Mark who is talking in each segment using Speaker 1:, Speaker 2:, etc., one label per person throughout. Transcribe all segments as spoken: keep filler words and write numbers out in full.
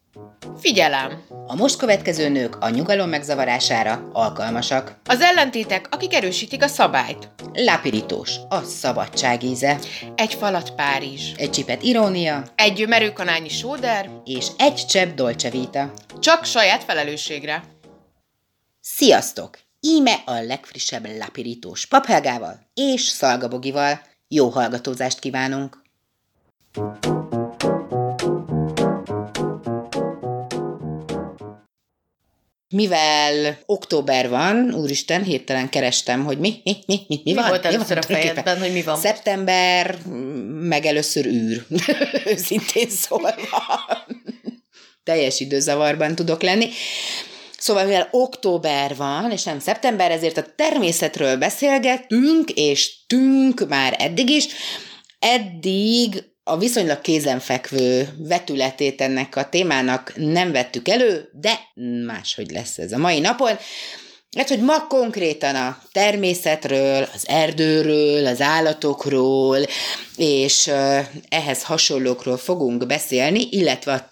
Speaker 1: Figyelem!
Speaker 2: A most következő nők a nyugalom megzavarására alkalmasak.
Speaker 1: Az ellentétek, akik erősítik a szabályt.
Speaker 2: Lápirítós, a szabadság íze.
Speaker 1: Egy falat Párizs.
Speaker 2: Egy csipet irónia.
Speaker 1: Egy merőkanálnyi sóder.
Speaker 2: És egy csepp Dolce Vita.
Speaker 1: Csak saját felelősségre.
Speaker 2: Sziasztok! Íme a legfrissebb lápirítós Paphelgával és Szalga Bogival. Jó hallgatózást kívánunk! Mivel október van, úristen, hirtelen kerestem, hogy mi, mi, mi, mi, mi,
Speaker 1: mi
Speaker 2: van?
Speaker 1: volt
Speaker 2: mi
Speaker 1: először
Speaker 2: van?
Speaker 1: a fejedben, hogy mi van?
Speaker 2: Szeptember, meg először űr. Őszintén szólva. Teljes időzavarban tudok lenni. Szóval, mivel október van, és nem szeptember, ezért a természetről beszélgettünk, és tünk már eddig is. Eddig a viszonylag kézenfekvő vetületét ennek a témának nem vettük elő, de máshogy lesz ez a mai napon. Hát, hogy ma konkrétan a természetről, az erdőről, az állatokról, és ehhez hasonlókról fogunk beszélni, illetve a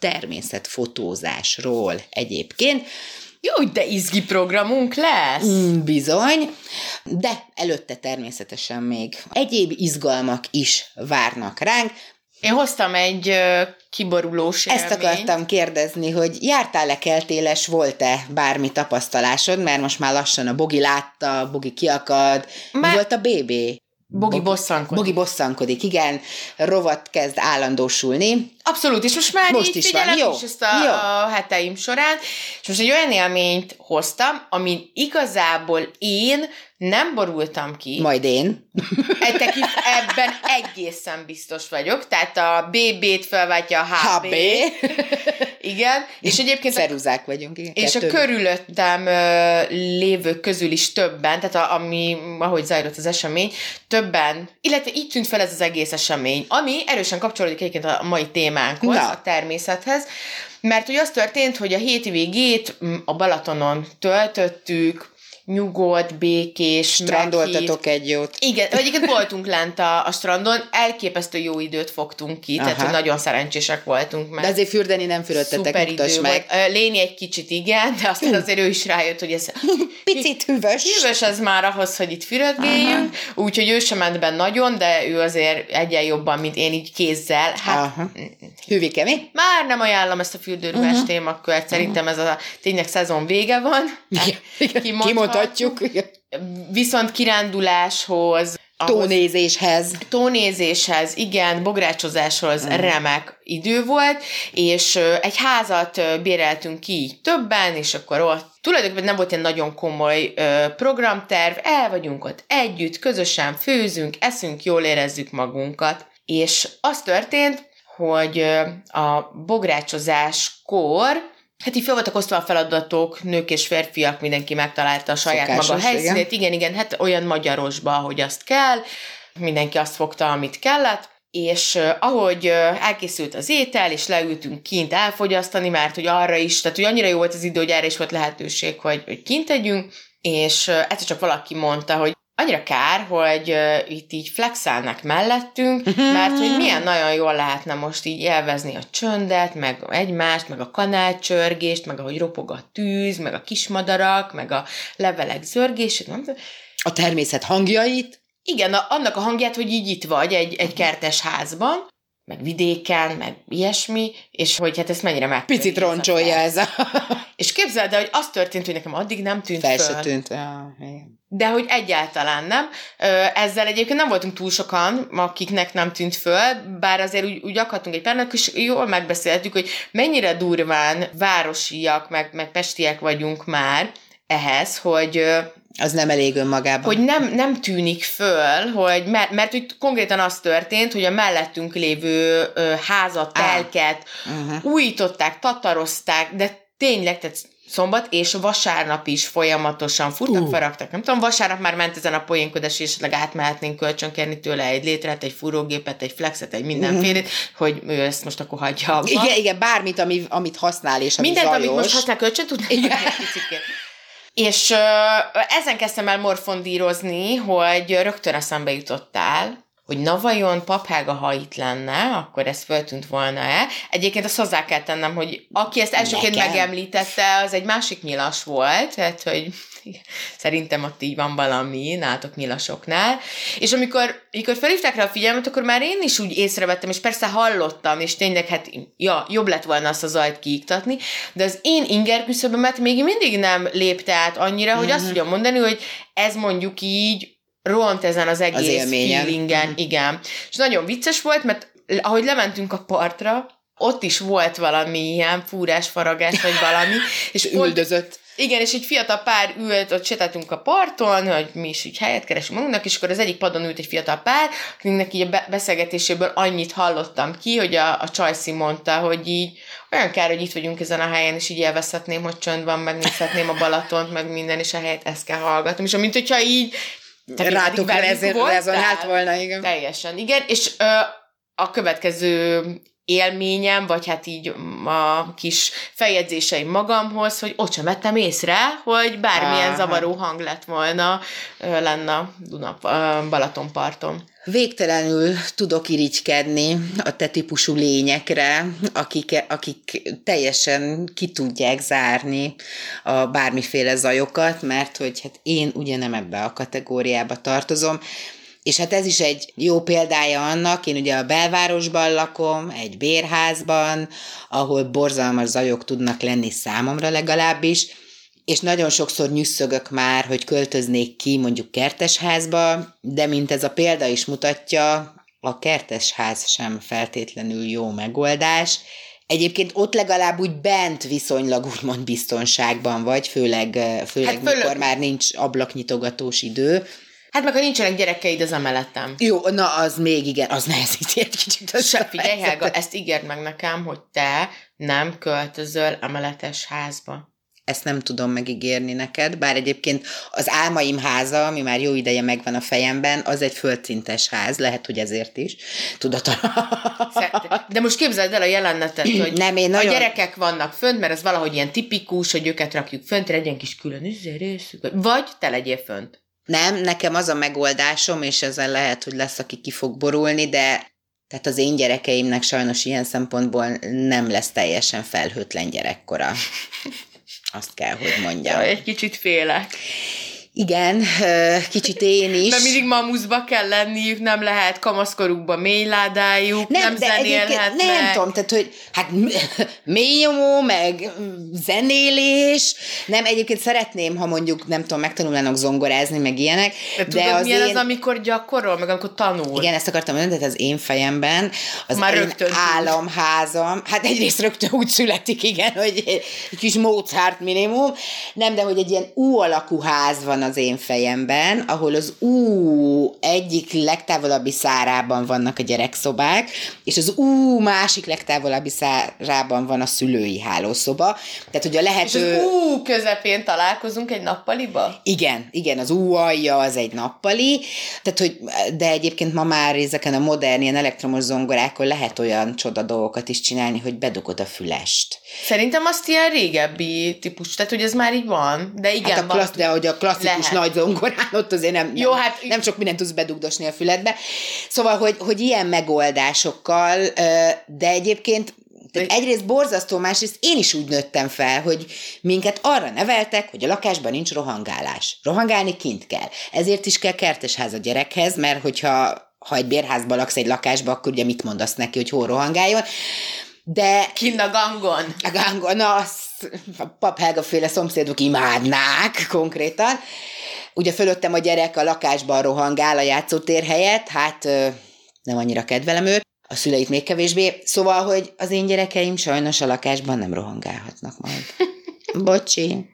Speaker 2: természetfotózásról egyébként.
Speaker 1: Jó, de izgi programunk lesz!
Speaker 2: Mm, bizony, de előtte természetesen még egyéb izgalmak is várnak ránk.
Speaker 1: Én hoztam egy uh, kiborulós élményt.
Speaker 2: Ezt akartam kérdezni, hogy jártál-e keltéles, volt-e bármi tapasztalásod, mert most már lassan a Bogi látta, Bogi kiakad. Már... Mi volt a bé bé?
Speaker 1: Bogi bosszankodik.
Speaker 2: Bogi bosszankodik, igen. Rovat kezd állandósulni.
Speaker 1: Abszolút, és most már
Speaker 2: most
Speaker 1: így
Speaker 2: is
Speaker 1: figyelem
Speaker 2: van. Jó.
Speaker 1: is ezt a, a heteim során, és most egy olyan élményt hoztam, amin igazából én nem borultam ki.
Speaker 2: Majd én.
Speaker 1: Tekint, ebben egészen biztos vagyok, tehát a bé bét felváltja a há bé.
Speaker 2: há bé.
Speaker 1: Igen. És egyébként
Speaker 2: ceruzák vagyunk. Igen,
Speaker 1: és
Speaker 2: kettő.
Speaker 1: a körülöttem ö, lévők közül is többen, tehát a, ami, ahogy zajlott az esemény, többen, illetve így tűnt fel ez az egész esemény, ami erősen kapcsolódik egyébként a mai témánkhoz,
Speaker 2: Na.
Speaker 1: a természethez, mert ugye az történt, hogy a hétvégét a Balatonon töltöttük, nyugodt, békés,
Speaker 2: strandoltatok egy jót.
Speaker 1: Igen, egyébként voltunk lent a, a strandon, elképesztő jó időt fogtunk ki, Aha. tehát hogy nagyon szerencsések voltunk. Mert
Speaker 2: de azért fürdeni nem fürödtetek,
Speaker 1: szuper idő
Speaker 2: meg.
Speaker 1: Volt. Léni egy kicsit igen, de aztán azért ő is rájött, hogy ez
Speaker 2: picit hűvös.
Speaker 1: Hűvös ez már ahhoz, hogy itt fürödgéljünk, úgyhogy ő sem ment be nagyon, de ő azért egyen jobban, mint én így kézzel. Hát,
Speaker 2: hűvike, mi?
Speaker 1: Már nem ajánlom ezt a fürdőruhás uh-huh. témakört, szerintem ez a tényleg szezon vége van.
Speaker 2: Igen, kimondhatjuk.
Speaker 1: Viszont kiránduláshoz,
Speaker 2: tónézéshez.
Speaker 1: Tónézéshez, igen, bográcsozáshoz uh-huh. remek idő volt, és egy házat béreltünk ki többen, és akkor ott tulajdonképpen nem volt egy nagyon komoly ö, programterv, el vagyunk ott együtt, közösen főzünk, eszünk, jól érezzük magunkat. És az történt, hogy ö, a bográcsozáskor hát így fel voltak osztva a feladatok, nők és férfiak, mindenki megtalálta a saját Szokásos, maga helyszínét. Igen. igen, igen, hát olyan magyarosba, ahogy azt kell, mindenki azt fogta, amit kellett, és uh, ahogy uh, elkészült az étel, és leültünk kint elfogyasztani, mert hogy arra is, tehát hogy annyira jó volt az idő, hogy erre is volt lehetőség, hogy, hogy kint tegyünk, és uh, egyszer csak valaki mondta, hogy annyira kár, hogy uh, itt így flexelnek mellettünk, mert hogy milyen nagyon jól lehetne most így élvezni a csöndet, meg egymást, meg a kanálcsörgést, meg ahogy ropog a tűz, meg a kismadarak, meg a levelek zörgését.
Speaker 2: A természet hangjait.
Speaker 1: Igen, a, annak a hangját, hogy így itt vagy egy, egy kertes házban, meg vidéken, meg ilyesmi, és hogy hát ezt mennyire meg.
Speaker 2: Picit roncsolja ez a...
Speaker 1: És képzeld el, hogy az történt, hogy nekem addig nem tűnt
Speaker 2: fel.
Speaker 1: Fel
Speaker 2: se tűnt. Ja, igen.
Speaker 1: De hogy egyáltalán nem. Ezzel egyébként nem voltunk túl sokan, akiknek nem tűnt föl, bár azért úgy, úgy akadtunk egy párnak, és jól megbeszéltük, hogy mennyire durván városiak, meg, meg pestiek vagyunk már ehhez, hogy...
Speaker 2: Az nem elég önmagában.
Speaker 1: Hogy nem, nem tűnik föl, hogy mert, mert úgy konkrétan az történt, hogy a mellettünk lévő ö, házat, telket uh-huh. újították, tatarozták, de tényleg, tehát szombat és vasárnap is folyamatosan furtak, uh. faragtak. Nem tudom, vasárnap már ment ezen a poénkodás, és esetleg átmehetnénk kölcsönkérni tőle egy létret, egy fúrógépet, egy flexet, egy mindenfélét, uh-huh. hogy ő ezt most akkor hagyja abba.
Speaker 2: Igen, igen, bármit, ami, amit használ, és ami
Speaker 1: mindent,
Speaker 2: zajos.
Speaker 1: amit most használ kölcsön, tudnám, igen. És uh, ezen kezdtem el morfondírozni, hogy rögtön eszembe jutottál, hogy na vajon Paphága, ha itt lenne, akkor ez föltűnt volna-e. Egyébként azt hozzá kell tennem, hogy aki ezt elsőként
Speaker 2: Nekem?
Speaker 1: megemlítette, az egy másik nyilas volt, tehát, hogy szerintem ott így van valami nálatok nyilasoknál. És amikor, amikor felhívták rá a figyelmet, akkor már én is úgy észrevettem, és persze hallottam, és tényleg hát ja, jobb lett volna azt a zajt kiiktatni, de az én inger küszöbömet még mindig nem lépte át annyira, mm-hmm. hogy azt tudjam mondani, hogy ez mondjuk így ront ezen az egész az feelingen. Mm-hmm. Igen. És nagyon vicces volt, mert ahogy lementünk a partra, ott is volt valami ilyen fúrás, faragás, vagy valami. És
Speaker 2: üldözött.
Speaker 1: Igen, és egy fiatal pár ült, ott sétáltunk a parton, hogy mi is így helyet keresünk magunknak, és akkor az egyik padon ült egy fiatal pár, akinek így a beszélgetéséből annyit hallottam ki, hogy a, a Csajci mondta, hogy így olyan kár, hogy itt vagyunk ezen a helyen, és így elveszhetném, hogy csönd van, megnézhetném a Balatont, meg minden, és a helyet ezt kell hallgatnom. És amint, hogyha így
Speaker 2: rátok rezonált volna, igen.
Speaker 1: Teljesen, igen, és ö, a következő élményem, vagy hát így a kis feljegyzéseim magamhoz, hogy ott sem vettem észre, hogy bármilyen Aha. zavaró hang lett volna, lenne a Duna, Balatonparton.
Speaker 2: Végtelenül tudok irigykedni a te típusú lényekre, akik, akik teljesen ki tudják zárni a bármiféle zajokat, mert hogy hát én ugye nem ebbe a kategóriába tartozom, és hát ez is egy jó példája annak, én ugye a belvárosban lakom, egy bérházban, ahol borzalmas zajok tudnak lenni számomra legalábbis, és nagyon sokszor nyüsszögök már, hogy költöznék ki mondjuk kertesházba, de mint ez a példa is mutatja, a kertesház sem feltétlenül jó megoldás. Egyébként ott legalább úgy bent viszonylag úgymond biztonságban vagy, főleg, főleg hát mikor már nincs ablaknyitogatós idő.
Speaker 1: Hát meg ha nincsenek gyerekeid az emeletem.
Speaker 2: Jó, na az még igen, az nehezíti egy kicsit. Az
Speaker 1: Se, figyelj, Helga, ezt ígérd meg nekem, hogy te nem költözöl emeletes házba.
Speaker 2: Ezt nem tudom megígérni neked, bár egyébként az álmaim háza, ami már jó ideje megvan a fejemben, az egy földszintes ház, lehet, hogy ezért is.
Speaker 1: Tudatlan. De most képzeld el a jelenetet, hogy nem, én nagyon... a gyerekek vannak fönt, mert ez valahogy ilyen tipikus, hogy őket rakjuk fönt, legyen kis külön részük, vagy te legyél fönt.
Speaker 2: Nem, nekem az a megoldásom, és ezzel lehet, hogy lesz, aki ki fog borulni, de tehát az én gyerekeimnek sajnos ilyen szempontból nem lesz teljesen felhőtlen gyerekkora. Azt kell, hogy mondjam.
Speaker 1: Ja, egy kicsit félek.
Speaker 2: Igen, kicsit én is.
Speaker 1: Mert mindig mamuszba kell lenniük, nem lehet kamaszkorukba mélyládájuk, nem, nem zenélhetnek.
Speaker 2: Nem tudom, tehát, hogy hát mélyomó, meg zenélés, nem, egyébként szeretném, ha mondjuk, nem tudom, megtanulnának zongorázni, meg ilyenek.
Speaker 1: De, de tudod, az milyen én... az, amikor gyakorol, meg amikor tanul?
Speaker 2: Igen, ezt akartam mondani, tehát az én fejemben, az Már én államházam, hát egyrészt rögtön úgy születik, igen, hogy egy kis Mozart minimum, nem, de hogy egy ilyen U alakú ház van az én fejemben, ahol az U egyik legtávolabbi szárában vannak a gyerekszobák, és az U másik legtávolabbi szárában van a szülői hálószoba. Tehát, hogy a lehető...
Speaker 1: És az U közepén találkozunk egy nappaliba?
Speaker 2: Igen, igen, az U alja az egy nappali, tehát, hogy, de egyébként ma már ezeken a modern, ilyen elektromos zongorákon lehet olyan csoda dolgokat is csinálni, hogy bedugod a fülest.
Speaker 1: Szerintem azt ilyen régebbi típus, tehát, hogy ez már így van, de igen.
Speaker 2: Hát a klassz, de hogy a klasszikus lehet. Nagy zongorán ott azért nem,
Speaker 1: Jó,
Speaker 2: nem,
Speaker 1: hát...
Speaker 2: nem sok mindent tudsz bedugdosni a füledbe. Szóval, hogy, hogy ilyen megoldásokkal, de egyébként tehát egyrészt borzasztó, másrészt én is úgy nőttem fel, hogy minket arra neveltek, hogy a lakásban nincs rohangálás. Rohangálni kint kell. Ezért is kell kertesház a gyerekhez, mert hogyha ha egy bérházban laksz egy lakásba, akkor ugye mit mondasz neki, hogy hol rohangáljon. De...
Speaker 1: Kinn a gangon.
Speaker 2: A gangon, na, azt a Paphága féle szomszédok imádnák konkrétan. Ugye fölöttem a gyerek a lakásban rohangál a játszótér helyett, hát nem annyira kedvelem őt, a szüleit még kevésbé. Szóval, hogy az én gyerekeim sajnos a lakásban nem rohangálhatnak majd. Bocsi.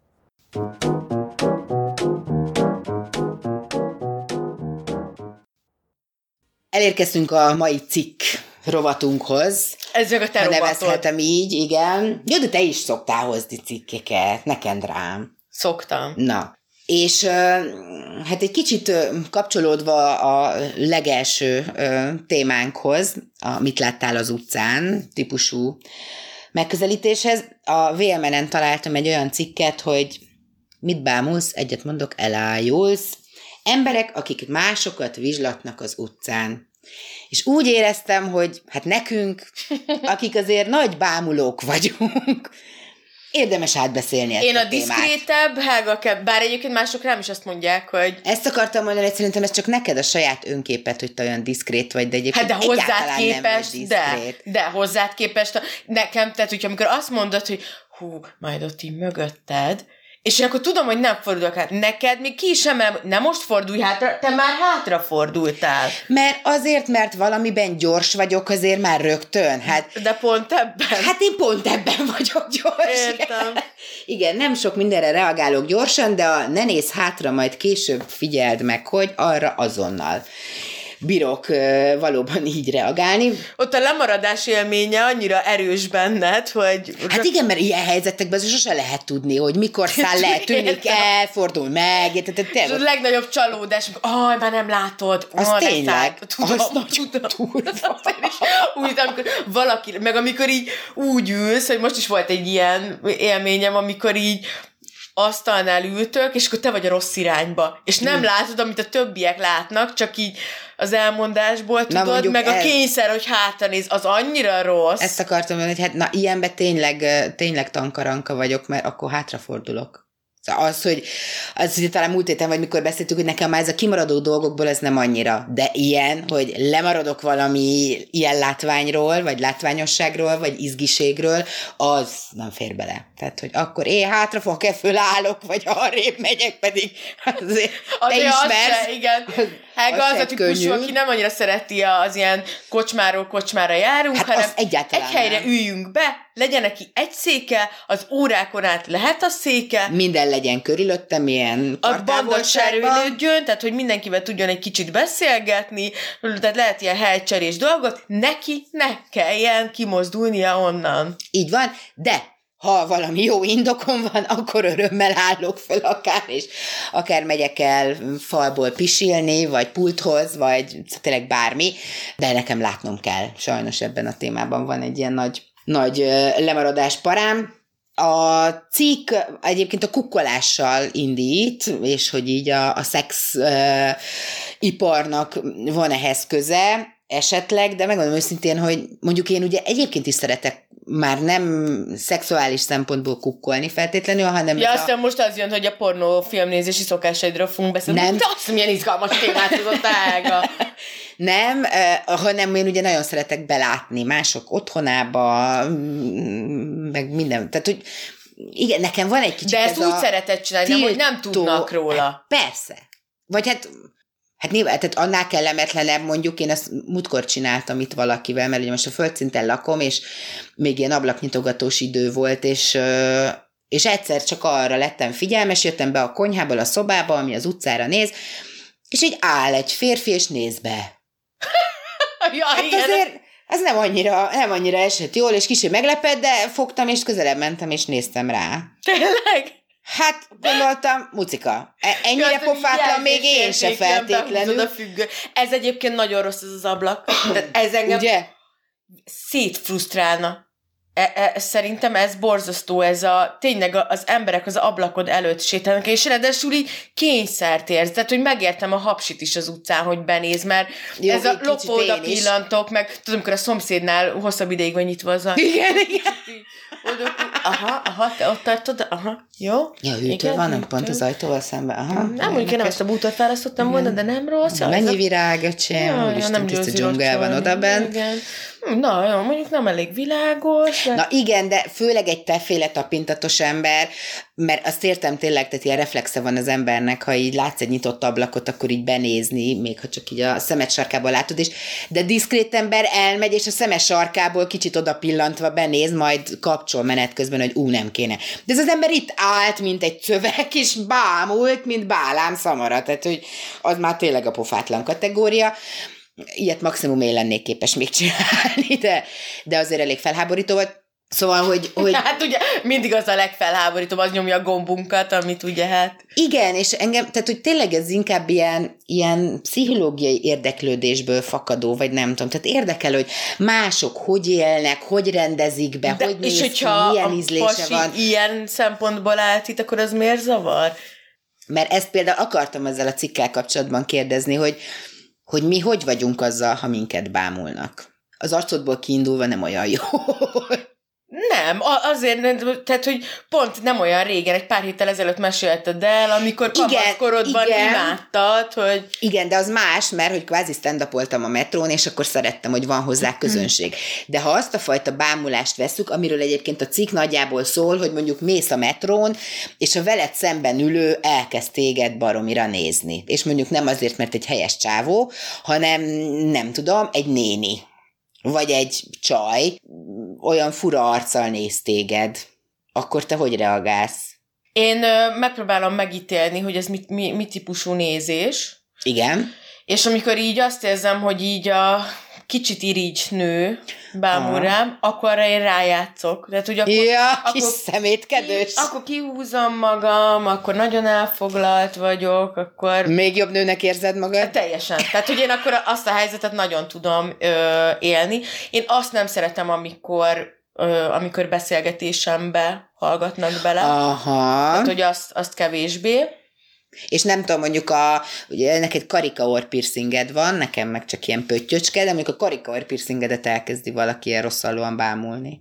Speaker 2: Elérkeztünk a mai cikk rovatunkhoz.
Speaker 1: Ez meg a te rovatod.
Speaker 2: Nevezhetem így, igen. Jó, de te is szoktál hozni cikkeket, neked rám.
Speaker 1: Szoktam.
Speaker 2: Na, és hát egy kicsit kapcsolódva a legelső témánkhoz, a mit láttál az utcán típusú megközelítéshez, a vé em en-en találtam egy olyan cikket, hogy mit bámulsz, egyet mondok, elájulsz. Emberek, akik másokat vizslatnak az utcán. És úgy éreztem, hogy hát nekünk, akik azért nagy bámulók vagyunk, érdemes átbeszélni ezt
Speaker 1: Én a,
Speaker 2: a témát.
Speaker 1: diszkrétebb, Helga Kebb, bár egyébként mások rám is azt mondják, hogy...
Speaker 2: Ezt akartam mondani, hogy szerintem ez csak neked a saját önképet, hogy te olyan diszkrét vagy, de egyébként
Speaker 1: hát de hozzád
Speaker 2: képest,
Speaker 1: de, de hozzád képest, nekem, tehát hogyha amikor azt mondod, hogy hú, majd ott így mögötted, és akkor tudom, hogy nem fordulok hát. Neked még ki sem el, nem most fordulj hátra, te már hátra fordultál.
Speaker 2: Mert azért, mert valamiben gyors vagyok, azért már rögtön. Hát,
Speaker 1: de pont ebben.
Speaker 2: Hát én pont ebben vagyok gyors.
Speaker 1: Értem.
Speaker 2: Igen, nem sok mindenre reagálok gyorsan, de a ne nézz hátra, majd később figyeld meg, hogy arra azonnal bírok uh, valóban így reagálni.
Speaker 1: Ott a lemaradás élménye annyira erős benned, hogy...
Speaker 2: Hát igen, mert ilyen helyzetekben sose lehet tudni, hogy mikor száll le, tűnik el, fordul meg.
Speaker 1: Ez a legnagyobb csalódás, hogy már nem látod.
Speaker 2: Az
Speaker 1: oh,
Speaker 2: tényleg.
Speaker 1: Tudom,
Speaker 2: az nagyon durva.
Speaker 1: Úgy, amikor valaki, meg amikor így úgy ülsz, hogy most is volt egy ilyen élményem, amikor így asztalnál ültök, és akkor te vagy a rossz irányba. És nem hmm. látod, amit a többiek látnak, csak így az elmondásból tudod, na, meg ez... a kényszer, hogy hátranéz, az annyira rossz.
Speaker 2: Ezt akartam mondani, hogy hát na, ilyenben tényleg, tényleg tankaranka vagyok, mert akkor hátrafordulok. Az, hogy, az, hogy talán múlt héten, vagy mikor beszéltük, hogy nekem már ez a kimaradó dolgokból ez nem annyira, de ilyen, hogy lemaradok valami ilyen látványról, vagy látványosságról, vagy izgiségről, az nem fér bele. Tehát, hogy akkor én hátrafog-e fölállok, vagy arrébb megyek, pedig azért te ismersz.
Speaker 1: Se, igen. Helga az, az a típusú, aki nem annyira szereti az ilyen kocsmáról kocsmára járunk,
Speaker 2: hát hanem egy
Speaker 1: helyre nem. Üljünk be, legyen neki egy széke, az órákon át lehet a széke.
Speaker 2: Minden legyen körülöttem, ilyen
Speaker 1: a banda cserélődjön, tehát hogy mindenkivel tudjon egy kicsit beszélgetni, tehát lehet ilyen helycserés dolgot, neki ne kelljen kimozdulnia onnan.
Speaker 2: Így van, de ha valami jó indokom van, akkor örömmel állok föl akár, és akár megyek el falból pisilni, vagy pulthoz, vagy tényleg bármi, de nekem látnom kell. Sajnos ebben a témában van egy ilyen nagy, nagy lemaradás parám. A cikk egyébként a kukkolással indít, és hogy így a, a szex uh, iparnak van ehhez köze, esetleg, de megmondom őszintén, hogy mondjuk én ugye egyébként is szeretek már nem szexuális szempontból kukkolni feltétlenül, hanem...
Speaker 1: Ja, aztán a... most az jön, hogy a pornófilmnézési szokásaidról fogunk beszélni.
Speaker 2: Nem.
Speaker 1: De azt milyen izgalmas témát hozott a Helga.
Speaker 2: Nem, uh, hanem én ugye nagyon szeretek belátni mások otthonába, meg minden. Tehát, hogy igen, nekem van egy kicsit
Speaker 1: de ezt
Speaker 2: ez
Speaker 1: úgy
Speaker 2: a
Speaker 1: szeretett csinálni, tiltó... nem, hogy nem tudnak róla.
Speaker 2: Persze. Vagy hát... Hát nyilván, tehát annál kellemetlenebb, mondjuk én ezt múltkor csináltam itt valakivel, mert ugye most a földszinten lakom, és még ilyen ablaknyitogatós idő volt, és, és egyszer csak arra lettem figyelmes, jöttem be a konyhából a szobába, ami az utcára néz, és így áll egy férfi, és néz be.
Speaker 1: ja,
Speaker 2: hát
Speaker 1: igen.
Speaker 2: azért ez nem annyira, nem annyira esett jól, és kicsit meglepett, de fogtam, és közelebb mentem, és néztem rá.
Speaker 1: Tényleg?
Speaker 2: Hát, gondoltam, mucika. Ennyire ja, pofátlan még én se feltétlenül.
Speaker 1: Ez egyébként nagyon rossz ez az ablak. Tehát ez engem
Speaker 2: ugye?
Speaker 1: Szétfrusztrálna. E, e, szerintem ez borzasztó, ez a, tényleg az emberek az ablakod előtt sétálnak, és ráadásul így kényszert érz, tehát, hogy megértem a hapsit is az utcán, hogy benéz, mert jó, ez a lopóda pillantok, meg tudom, amikor a szomszédnál hosszabb ideig van nyitva az a...
Speaker 2: Igen, igen.
Speaker 1: Aha, aha, te ott tartod, aha, jó.
Speaker 2: Ja, hűtő van, nem pont az ajtóval szemben, aha.
Speaker 1: Nem, mondjuk én nem ezt a bútort választottam volna, de nem rossz.
Speaker 2: Mennyi virág, öcsém, úristen, tiszta dzsungel van odaben.
Speaker 1: Igen. Na, jó, mondjuk nem elég világos. De...
Speaker 2: Na igen, de főleg egy teféle tapintatos ember, mert azt értem tényleg, tehát ilyen reflexe van az embernek, ha így látsz egy nyitott ablakot, akkor így benézni, még ha csak így a szemed sarkából látod is, de diszkrét ember elmegy, és a szemed sarkából kicsit oda pillantva benéz, majd kapcsol menet közben, hogy ú, nem kéne. De ez az ember itt állt, mint egy szöveg, és bámult, mint bálám szamara, tehát hogy az már tényleg a pofátlan kategória. Ilyet maximum én lennék képes még csinálni, de, de azért elég felháborító volt. Szóval, hogy, hogy...
Speaker 1: Hát ugye mindig az a legfelháborítóbb, az nyomja a gombunkat, amit ugye hát...
Speaker 2: Igen, és engem, tehát hogy tényleg ez inkább ilyen, ilyen pszichológiai érdeklődésből fakadó, vagy nem tudom. Tehát érdekel, hogy mások hogy élnek, hogy rendezik be, de, hogy néz ki, milyen ízlése van.
Speaker 1: ilyen szempontból állt itt, akkor az miért zavar?
Speaker 2: Mert ezt például akartam ezzel a cikkel kapcsolatban kérdezni, hogy, hogy mi hogy vagyunk azzal, ha minket bámulnak. Az arcodból kiindulva nem olyan jó.
Speaker 1: Nem, azért, tehát, hogy pont nem olyan régen, egy pár héttel ezelőtt mesélted el, amikor kamaszkorodban imádtad, hogy...
Speaker 2: Igen, de az más, mert hogy kvázi stand-upoltam a metrón, és akkor szerettem, hogy van hozzá közönség. De ha azt a fajta bámulást veszük, amiről egyébként a cikk nagyjából szól, hogy mondjuk mész a metrón, és a veled szemben ülő elkezd téged baromira nézni. És mondjuk nem azért, mert egy helyes csávó, hanem nem tudom, egy néni. Vagy egy csaj olyan fura arccal néz téged, akkor te hogy reagálsz?
Speaker 1: Én ö, megpróbálom megítélni, hogy ez mit, mi, mi típusú nézés.
Speaker 2: Igen.
Speaker 1: És amikor így azt érzem, hogy így a kicsit irigy nő bámul rám, akkor arra én rájátszok. Tehát, hogy akkor,
Speaker 2: ja,
Speaker 1: akkor,
Speaker 2: kis szemétkedős.
Speaker 1: Akkor kihúzom magam, akkor nagyon elfoglalt vagyok, akkor...
Speaker 2: Még jobb nőnek érzed magad?
Speaker 1: Teljesen. Tehát, hogy én akkor azt a helyzetet nagyon tudom ö, élni. Én azt nem szeretem, amikor, ö, amikor beszélgetésembe hallgatnak bele.
Speaker 2: Aha.
Speaker 1: Tehát, hogy azt, azt kevésbé.
Speaker 2: És nem tudom, mondjuk a, ugye neked karikaor piercinged van, nekem meg csak ilyen pöttyöcske, de mondjuk a karikaor piercingedet elkezdi valaki ilyen rosszallóan bámulni.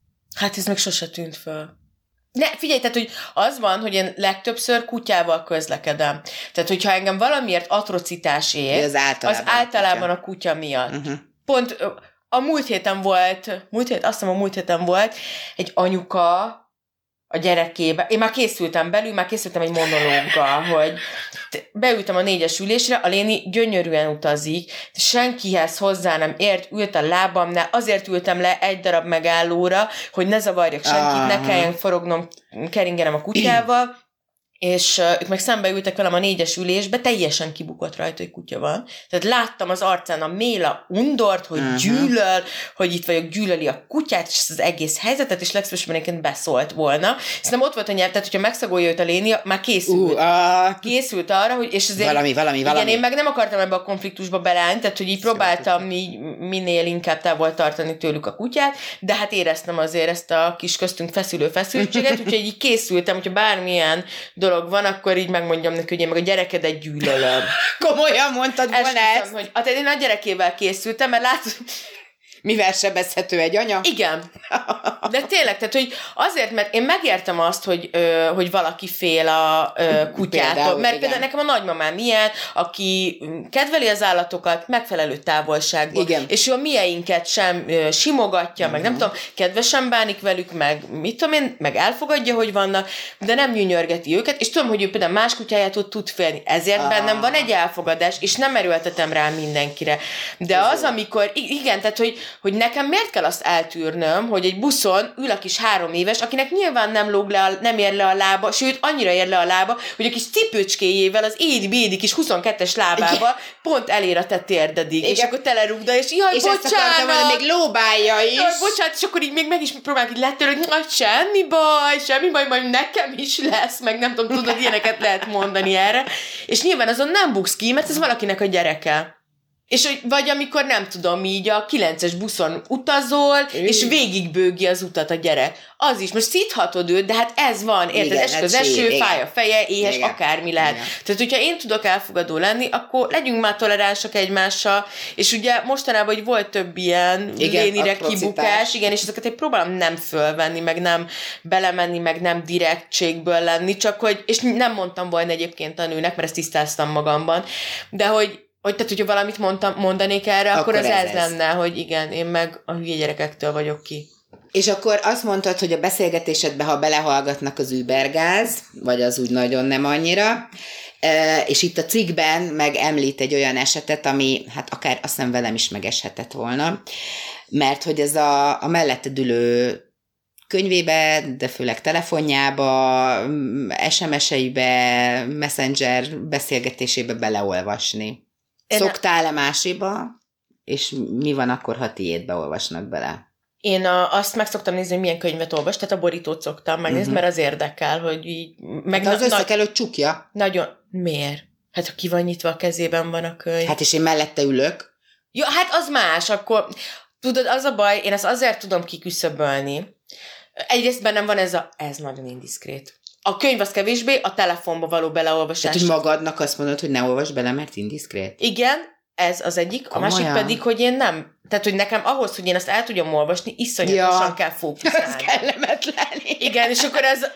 Speaker 2: Hát
Speaker 1: ez meg sose tűnt föl. Ne, figyelj, tehát, hogy az van, hogy én legtöbbször kutyával közlekedem. Tehát, hogyha engem valamiért atrocitás ér, az általában, az általában a kutya, a kutya miatt. Uh-huh. Pont a múlt héten volt, múlt hét, azt hiszem a múlt héten volt egy anyuka a gyerekébe. Én már készültem belül, már készültem egy monológgal, hogy beültem a négyes ülésre, a Léni gyönyörűen utazik, senkihez hozzá nem ért, ült a lábamnál, azért ültem le egy darab megállóra, hogy ne zavarjak senkit, ah. ne kelljen forognom, keringenem a kutyával, és uh, ők meg szembe ültek velem a négyes ülésbe, teljesen kibukott rajta, hogy kutya van. Tehát láttam az arcán a méla undort, hogy uh-huh. gyűlöl, hogy itt vagyok, gyűlöli a kutyát, és ezt az egész helyzetet, és legszívesebben beszólt volna. Szerintem ott volt a nyelv, tehát hogyha megszagolja őt a Léni, már készült. Uh, uh, készült arra, hogy... És azért,
Speaker 2: valami, valami,
Speaker 1: igen,
Speaker 2: valami.
Speaker 1: én meg nem akartam ebbe a konfliktusba beleállni, tehát hogy így próbáltam így minél inkább távol tartani tőlük a kutyát, de hát éreztem azért ezt a kis köztünk feszülő feszültséget, úgyhogy így készültem, hogyha bármilyen dolog van, akkor így megmondjam neki, hogy én meg a gyerekedet gyűlölöm.
Speaker 2: Komolyan mondtad volna ezt?
Speaker 1: Hogy, hát én a gyerekével készültem, mert látod...
Speaker 2: Mivel sebezhető egy anya?
Speaker 1: Igen. De tényleg, tehát, hogy azért, mert én megértem azt, hogy, ö, hogy valaki fél a ö, kutyától. Például, mert igen. Például nekem a nagymamám ilyen, aki kedveli az állatokat, megfelelő távolságban. Igen. És ő a mieinket sem ö, simogatja, uh-huh. meg nem tudom, kedvesen bánik velük, meg mit tudom én, meg elfogadja, hogy vannak, de nem nyűnyörgeti őket, és tudom, hogy ő például más kutyájától tud félni. Ezért ah. bennem van egy elfogadás, és nem erőltetem rá mindenkire. De ez az, amikor, igen, tehát, hogy hogy nekem miért kell azt eltűrnöm, hogy egy buszon ül a kis három éves, akinek nyilván nem lóg le, a, nem ér le a lába, sőt, annyira ér le a lába, hogy a kis cipőcskéjével, az édi-bédi kis huszonkettes lábával igen. pont elér a te térdedig, igen. és akkor telerúgda, és jaj, és bocsánat! És ezt akartam,
Speaker 2: még lóbálja is.
Speaker 1: Jaj, bocsánat, és akkor így még meg is próbálok így lettől, hogy na, semmi baj, semmi baj, majd nekem is lesz, meg nem tudom, tudod, ilyeneket lehet mondani erre. És nyilván azon nem buksz ki, mert ez valakinek a gyereke. És hogy, vagy amikor nem tudom, így a kilences buszon utazol, Ő. és végigbőgi az utat a gyerek. Az is, most szíthatod őt, de hát ez van, érted, esik az eső, fáj a feje, éhes, igen. akármi lehet. Igen. Tehát, hogyha én tudok elfogadó lenni, akkor legyünk már toleránsak egymással, és ugye mostanában, hogy volt több ilyen igen, lénire kibukás, igen, és ezeket én próbálom nem fölvenni, meg nem belemenni, meg nem direktségből lenni, csak hogy, és nem mondtam volna egyébként a nőnek, mert ezt tisztáztam magamban, de hogy Hogy, tehát, hogyha valamit mondtam, mondanék erre, akkor, akkor az ez, ez lenne, hogy igen, én meg a hülye gyerekektől vagyok ki.
Speaker 2: És akkor azt mondtad, hogy a beszélgetésedbe, ha belehallgatnak az übergáz, vagy az úgy nagyon nem annyira, és itt a cikkben meg említ egy olyan esetet, ami hát akár azt hiszem velem is megeshetett volna, mert hogy ez a, a melletted ülő könyvébe, de főleg telefonjába, es em es-eibe, messenger beszélgetésébe beleolvasni. Én Szoktál-e másiba, és mi van akkor, ha tiédbe olvasnak bele?
Speaker 1: Én a, azt meg szoktam nézni, hogy milyen könyvet olvas, tehát a borítót szoktam megnézni, uh-huh. mert az érdekel, hogy így...
Speaker 2: Meg hát az na- össze kell, hogy csukja.
Speaker 1: Nagyon... Miért? Hát ha ki van nyitva, a kezében van a könyv.
Speaker 2: Hát és én mellette ülök.
Speaker 1: Jó, hát az más, akkor... Tudod, az a baj, én ezt azért tudom kiküszöbölni. Egyrészt bennem van ez a... Ez nagyon indiszkrét. A könyv az kevésbé, a telefonba való beleolvasás.
Speaker 2: Tehát, hogy magadnak azt mondod, hogy ne olvasd bele, mert indiszkrét?
Speaker 1: Igen, ez az egyik. A
Speaker 2: Komolyan?
Speaker 1: másik pedig, hogy én nem. Tehát, hogy nekem ahhoz, hogy én azt el tudjam olvasni, iszonyatosan ja, kell fókuszálni.
Speaker 2: Ez kellemetlen.
Speaker 1: Igen, és akkor ez...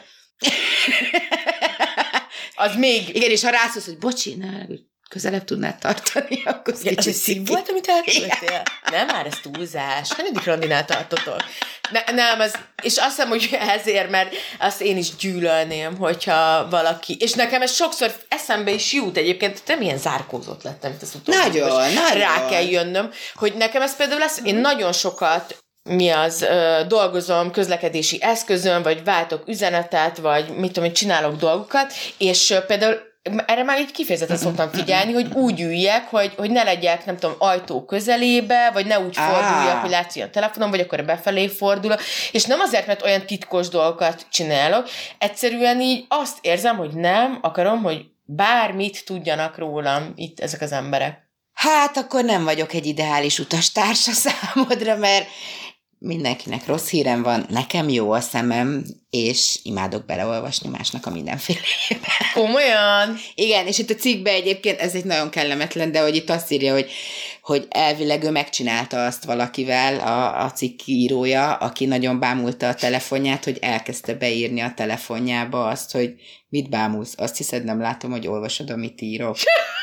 Speaker 1: az még...
Speaker 2: Igen, és ha rászólsz, hogy bocsi, ne, közelebb tudnád tartani, akkor
Speaker 1: ja, az egy szív volt, amit elküldtél? Nem, már ez túlzás. Hányadik randinál tartotok? Ne, nem, ez, és azt hiszem, hogy ezért, mert azt én is gyűlölném, hogyha valaki, és nekem ez sokszor eszembe is jut egyébként, nem ilyen zárkózott lettem, ezt utóbb.
Speaker 2: Nagyon, nagyon.
Speaker 1: Rá kell jönnöm, hogy nekem ez például lesz, én nagyon sokat mi az, ö, dolgozom közlekedési eszközön, vagy váltok üzenetet, vagy mit tudom, csinálok dolgokat, és ö, például erre már így kifejezetten szoktam figyelni, hogy úgy üljek, hogy, hogy ne legyek, nem tudom, ajtó közelébe, vagy ne úgy forduljak, ah. hogy látszik a telefonom, vagy akkor befelé fordulok. És nem azért, mert olyan titkos dolgokat csinálok, egyszerűen így azt érzem, hogy nem akarom, hogy bármit tudjanak rólam itt ezek az emberek.
Speaker 2: Hát akkor nem vagyok egy ideális utastársa számodra, mert mindenkinek rossz hírem van, nekem jó a szemem, és imádok beleolvasni másnak a mindenfélébe.
Speaker 1: Komolyan?
Speaker 2: Igen, és itt a cikkben egyébként ez egy nagyon kellemetlen, de hogy itt azt írja, hogy, hogy elvileg ő megcsinálta azt valakivel, a, a cikk írója, aki nagyon bámulta a telefonját, hogy elkezdte beírni a telefonjába azt, hogy mit bámulsz? Azt hiszed, nem látom, hogy olvasod, amit írok.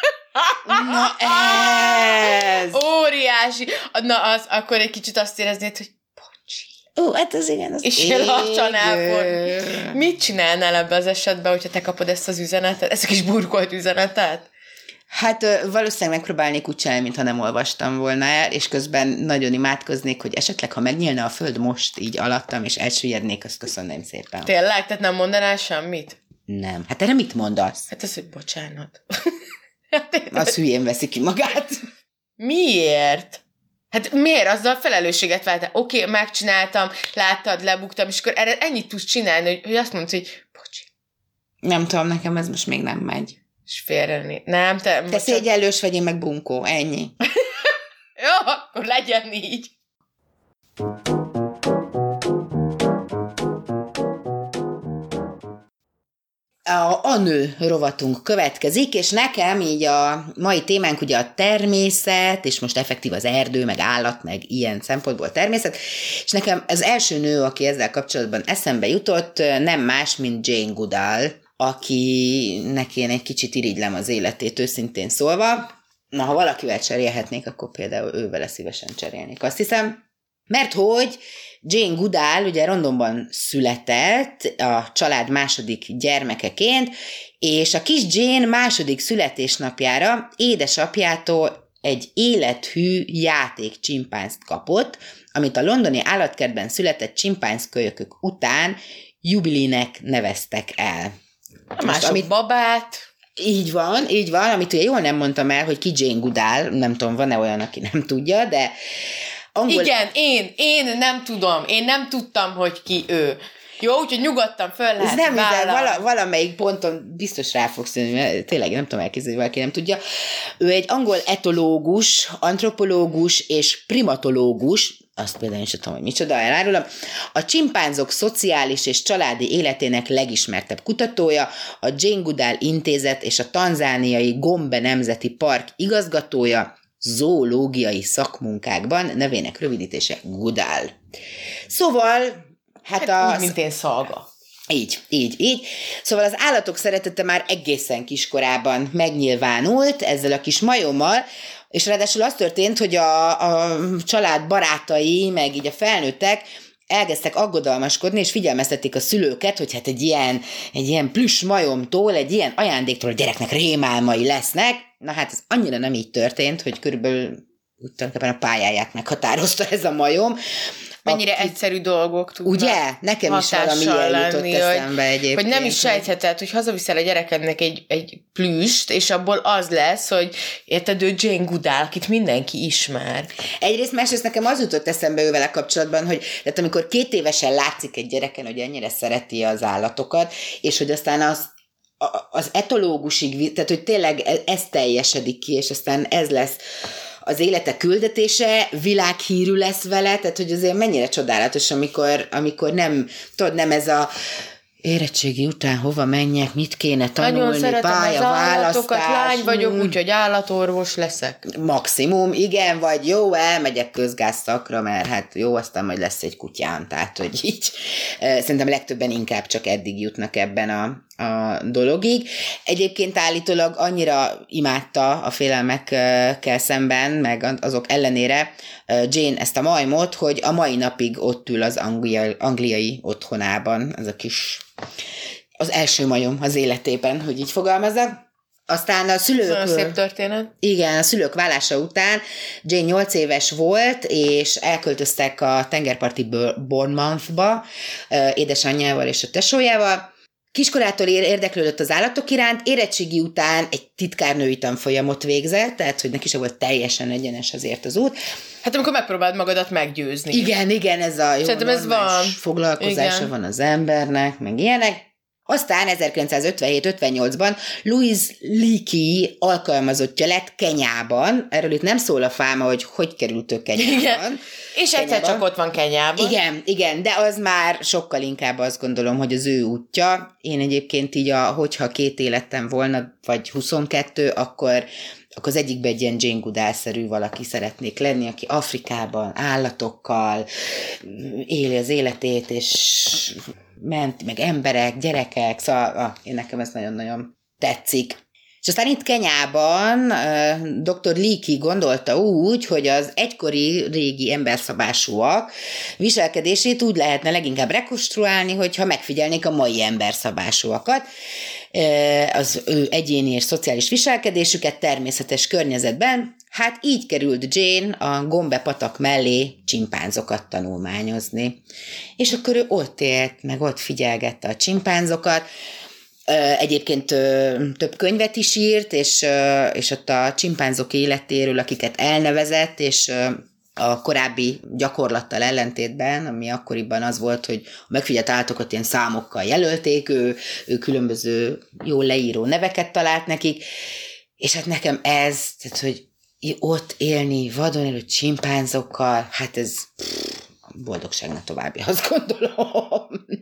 Speaker 2: Na ez!
Speaker 1: Óriási! Na az, akkor egy kicsit azt éreznéd, hogy
Speaker 2: Ó, hát az igen, az
Speaker 1: és lassan elfordul. Mit csinálnál ebbe az esetben, hogyha te kapod ezt az üzenetet, ezt a kis burkolt üzenetet?
Speaker 2: Hát valószínűleg megpróbálnék úgy csinálni, mintha nem olvastam volna el, és közben nagyon imádkoznék, hogy esetleg, ha megnyílna a föld most így alattam, és elsüllyednék, azt köszönném szépen.
Speaker 1: Tényleg? Tehát nem mondanál semmit?
Speaker 2: Nem. Hát erre mit mondasz?
Speaker 1: Hát ez, hogy bocsánat.
Speaker 2: Az hülyén veszi ki magát.
Speaker 1: Miért? Hát miért? Azzal felelősséget váltál. Oké, okay, megcsináltam, láttad, lebuktam, és akkor erre ennyit tudsz csinálni, hogy, hogy azt mondod, hogy bocsi.
Speaker 2: Nem tudom, nekem ez most még nem megy.
Speaker 1: És félrenéz. Nem, te...
Speaker 2: Te szégyellős vagy, én meg bunkó, ennyi.
Speaker 1: Jó, akkor legyen így.
Speaker 2: A, a nő rovatunk következik, és nekem így a mai témánk ugye a természet, és most effektív az erdő, meg állat, meg ilyen szempontból természet, és nekem az első nő, aki ezzel kapcsolatban eszembe jutott, nem más, mint Jane Goodall, akinek én egy kicsit irigylem az életét, őszintén szólva. Na, ha valakivel cserélhetnék, akkor például ővele szívesen cserélnék, azt hiszem. Mert hogy Jane Goodall ugye Londonban született a család második gyermekeként, és a kis Jane második születésnapjára édesapjától egy élethű játékcsimpánzt kapott, amit a londoni állatkertben született csimpánzkölyökök után Jubileenek neveztek el.
Speaker 1: A mások amit... babát...
Speaker 2: Így van, így van, amit ugye jól nem mondtam el, hogy ki Jane Goodall, nem tudom, van-e olyan, aki nem tudja, de...
Speaker 1: Angol... Igen, én, én nem tudom, én nem tudtam, hogy ki ő. Jó, úgyhogy nyugodtan föl lehet.
Speaker 2: Ez nem hiszem, vala, valamelyik ponton biztos rá fogsz jönni, mert tényleg nem tudom elképzelni, valaki nem tudja. Ő egy angol etológus, antropológus és primatológus, azt például én sem tudom, hogy micsoda, elárulom. A csimpánzok szociális és családi életének legismertebb kutatója, a Jane Goodall Intézet és a tanzániai Gombe Nemzeti Park igazgatója, zoológiai szakmunkákban, nevének rövidítése Goodall. Szóval, hát,
Speaker 1: hát
Speaker 2: az...
Speaker 1: úgy, mint én szalga.
Speaker 2: Így, így, így. Szóval az állatok szeretete már egészen kiskorában megnyilvánult ezzel a kis majommal, és ráadásul az történt, hogy a, a család barátai, meg így a felnőttek elkezdtek aggodalmaskodni, és figyelmeztették a szülőket, hogy hát egy ilyen, egy ilyen plüss majomtól, egy ilyen ajándéktól a gyereknek rémálmai lesznek. Na hát ez annyira nem így történt, hogy körülbelül úgy tulajdonképpen a pályáját meghatározta ez a majom.
Speaker 1: Mennyire aki, egyszerű dolgok tudnak.
Speaker 2: Ugye? Nekem is valami ilyen jutott eszembe egyébként.
Speaker 1: Hogy nem is sejtheted, hogy hazaviszel a gyerekednek egy, egy plüst, és abból az lesz, hogy érted, ő Jane Goodall, akit mindenki ismer.
Speaker 2: Egyrészt, másrészt nekem az jutott eszembe ő vele kapcsolatban, hogy tehát amikor két évesen látszik egy gyereken, hogy ennyire szereti az állatokat, és hogy aztán az az etológusig, tehát hogy tényleg ez teljesedik ki, és aztán ez lesz az élete küldetése, világhírű lesz vele, tehát hogy azért mennyire csodálatos, amikor, amikor nem, tudod, nem ez a érettségi után hova menjek, mit kéne tanulni,
Speaker 1: nagyon szeretem
Speaker 2: pálya,
Speaker 1: az állatokat,
Speaker 2: választás.
Speaker 1: lány vagyok, úgyhogy állatorvos leszek.
Speaker 2: Maximum, igen, vagy jó, elmegyek közgázszakra, mert hát jó, aztán majd lesz egy kutyám, tehát hogy így. Szerintem legtöbben inkább csak eddig jutnak ebben a, a dologig. Egyébként állítólag annyira imádta a félelmekkel szemben, meg azok ellenére Jane ezt a majmot, hogy a mai napig ott ül az angliai, angliai otthonában, ez a kis, az első majom az életében, hogy így fogalmazzak. Aztán a szülők...
Speaker 1: Nagyon szép történet.
Speaker 2: Igen, a szülők válása után Jane nyolc éves volt, és elköltöztek a tengerparti Bournemouthba édesanyjával és a tesójával. Kiskorától érdeklődött az állatok iránt, érettségi után egy titkárnői tanfolyamot végzett, tehát hogy neki sem volt teljesen egyenes azért az út.
Speaker 1: Hát amikor megpróbáld magadat meggyőzni.
Speaker 2: Igen, igen, ez a jó
Speaker 1: Szerintem ez van.
Speaker 2: foglalkozása igen. van az embernek, meg ilyenek. Aztán ezerkilencszázötvenhét ötvennyolcban Louise Leakey alkalmazottja lett Kenyában. Erről itt nem szól a fáma, hogy hogy került ő Kenyában.
Speaker 1: Igen. És
Speaker 2: Kenyában.
Speaker 1: egyszer csak ott van Kenyában.
Speaker 2: Igen, igen, de az már sokkal inkább azt gondolom, hogy az ő útja. Én egyébként így, a, hogyha két életem volna, vagy huszonkettő, akkor, akkor az egyikben egy ilyen Jane Goodall-szerű valaki szeretnék lenni, aki Afrikában állatokkal éli az életét, és ment, meg emberek, gyerekek, szóval ah, én nekem ez nagyon-nagyon tetszik. És aztán itt Kenyában uh, doktor Leakey gondolta úgy, hogy az egykori régi emberszabásúak viselkedését úgy lehetne leginkább rekonstruálni, hogyha megfigyelnék a mai emberszabásúakat, uh, az ő egyéni és szociális viselkedésüket természetes környezetben. Hát így került Jane a Gombe patak mellé csimpánzokat tanulmányozni. És akkor ő ott élt, meg ott figyelgette a csimpánzokat. Egyébként több könyvet is írt, és, és ott a csimpánzok életéről, akiket elnevezett, és a korábbi gyakorlattal ellentétben, ami akkoriban az volt, hogy a megfigyelt állatokat ilyen számokkal jelölték, ő, ő különböző jól leíró neveket talált nekik, és hát nekem ez, tehát, hogy ott élni vadon élő csimpánzokkal, hát ez pff, boldogságnak további, azt gondolom.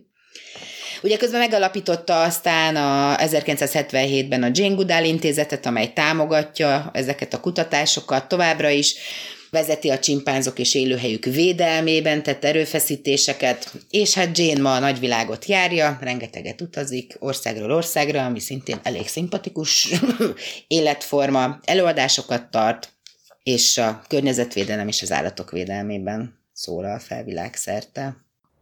Speaker 2: Ugye közben megalapította aztán a ezerkilencszázhetvenhétben a Jane Goodall intézetet, amely támogatja ezeket a kutatásokat továbbra is, vezeti a csimpánzok és élőhelyük védelmében tett erőfeszítéseket, és hát Jane ma a nagyvilágot járja, rengeteget utazik országról országra, ami szintén elég szimpatikus életforma, előadásokat tart, és a környezetvédelem és az állatok védelmében szólal fel világszerte.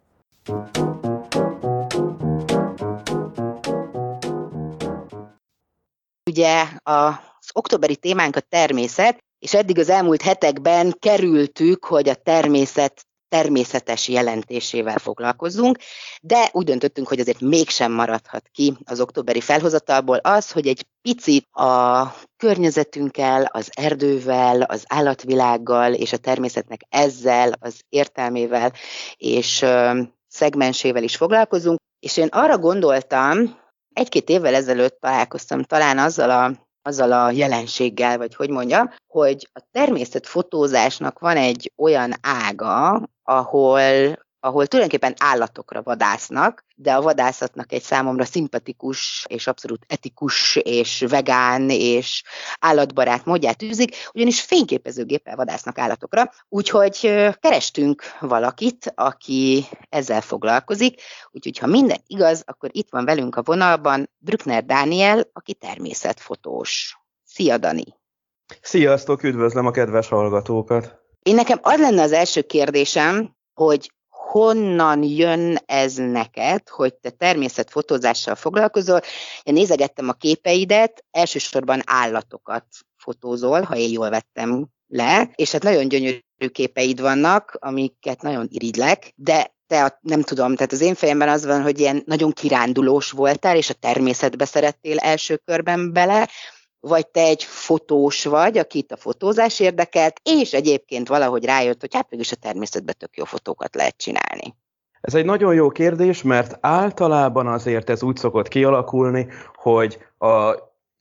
Speaker 2: Ugye az októberi témánk a természet, és eddig az elmúlt hetekben kerültük, hogy a természet természetes jelentésével foglalkozzunk, de úgy döntöttünk, hogy azért mégsem maradhat ki az októberi felhozatalból az, hogy egy picit a környezetünkkel, az erdővel, az állatvilággal és a természetnek ezzel, az értelmével és szegmensével is foglalkozunk. És én arra gondoltam, egy-két évvel ezelőtt találkoztam talán azzal a, azzal a jelenséggel, vagy hogy mondjam, hogy a természetfotózásnak van egy olyan ága, ahol, ahol tulajdonképpen állatokra vadásznak, de a vadászatnak egy számomra szimpatikus és abszolút etikus és vegán és állatbarát módját űzik, ugyanis fényképezőgéppel vadásznak állatokra, úgyhogy kerestünk valakit, aki ezzel foglalkozik, úgyhogy ha minden igaz, akkor itt van velünk a vonalban Brückner Dániel, aki természetfotós. Szia, Dani!
Speaker 3: Sziasztok, üdvözlöm a kedves hallgatókat!
Speaker 2: Én nekem az lenne az első kérdésem, hogy honnan jön ez neked, hogy te természetfotózással foglalkozol? Én nézegettem a képeidet, elsősorban állatokat fotózol, ha én jól vettem le, és hát nagyon gyönyörű képeid vannak, amiket nagyon irigylek, de te a, nem tudom, tehát az én fejemben az van, hogy ilyen nagyon kirándulós voltál, és a természetbe szerettél első körben bele, vagy te egy fotós vagy, akit a fotózás érdekelt, és egyébként valahogy rájött, hogy hát mégis a természetben tök jó fotókat lehet csinálni.
Speaker 3: Ez egy nagyon jó kérdés, mert általában azért ez úgy szokott kialakulni, hogy a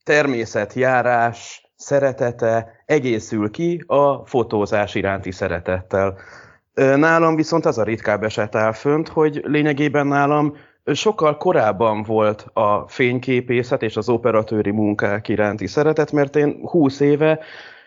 Speaker 3: természetjárás szeretete egészül ki a fotózás iránti szeretettel. Nálam viszont az a ritkább eset áll fönt, hogy lényegében nálam sokkal korábban volt a fényképészet és az operatőri munkák iránti szeretet, mert én húsz éve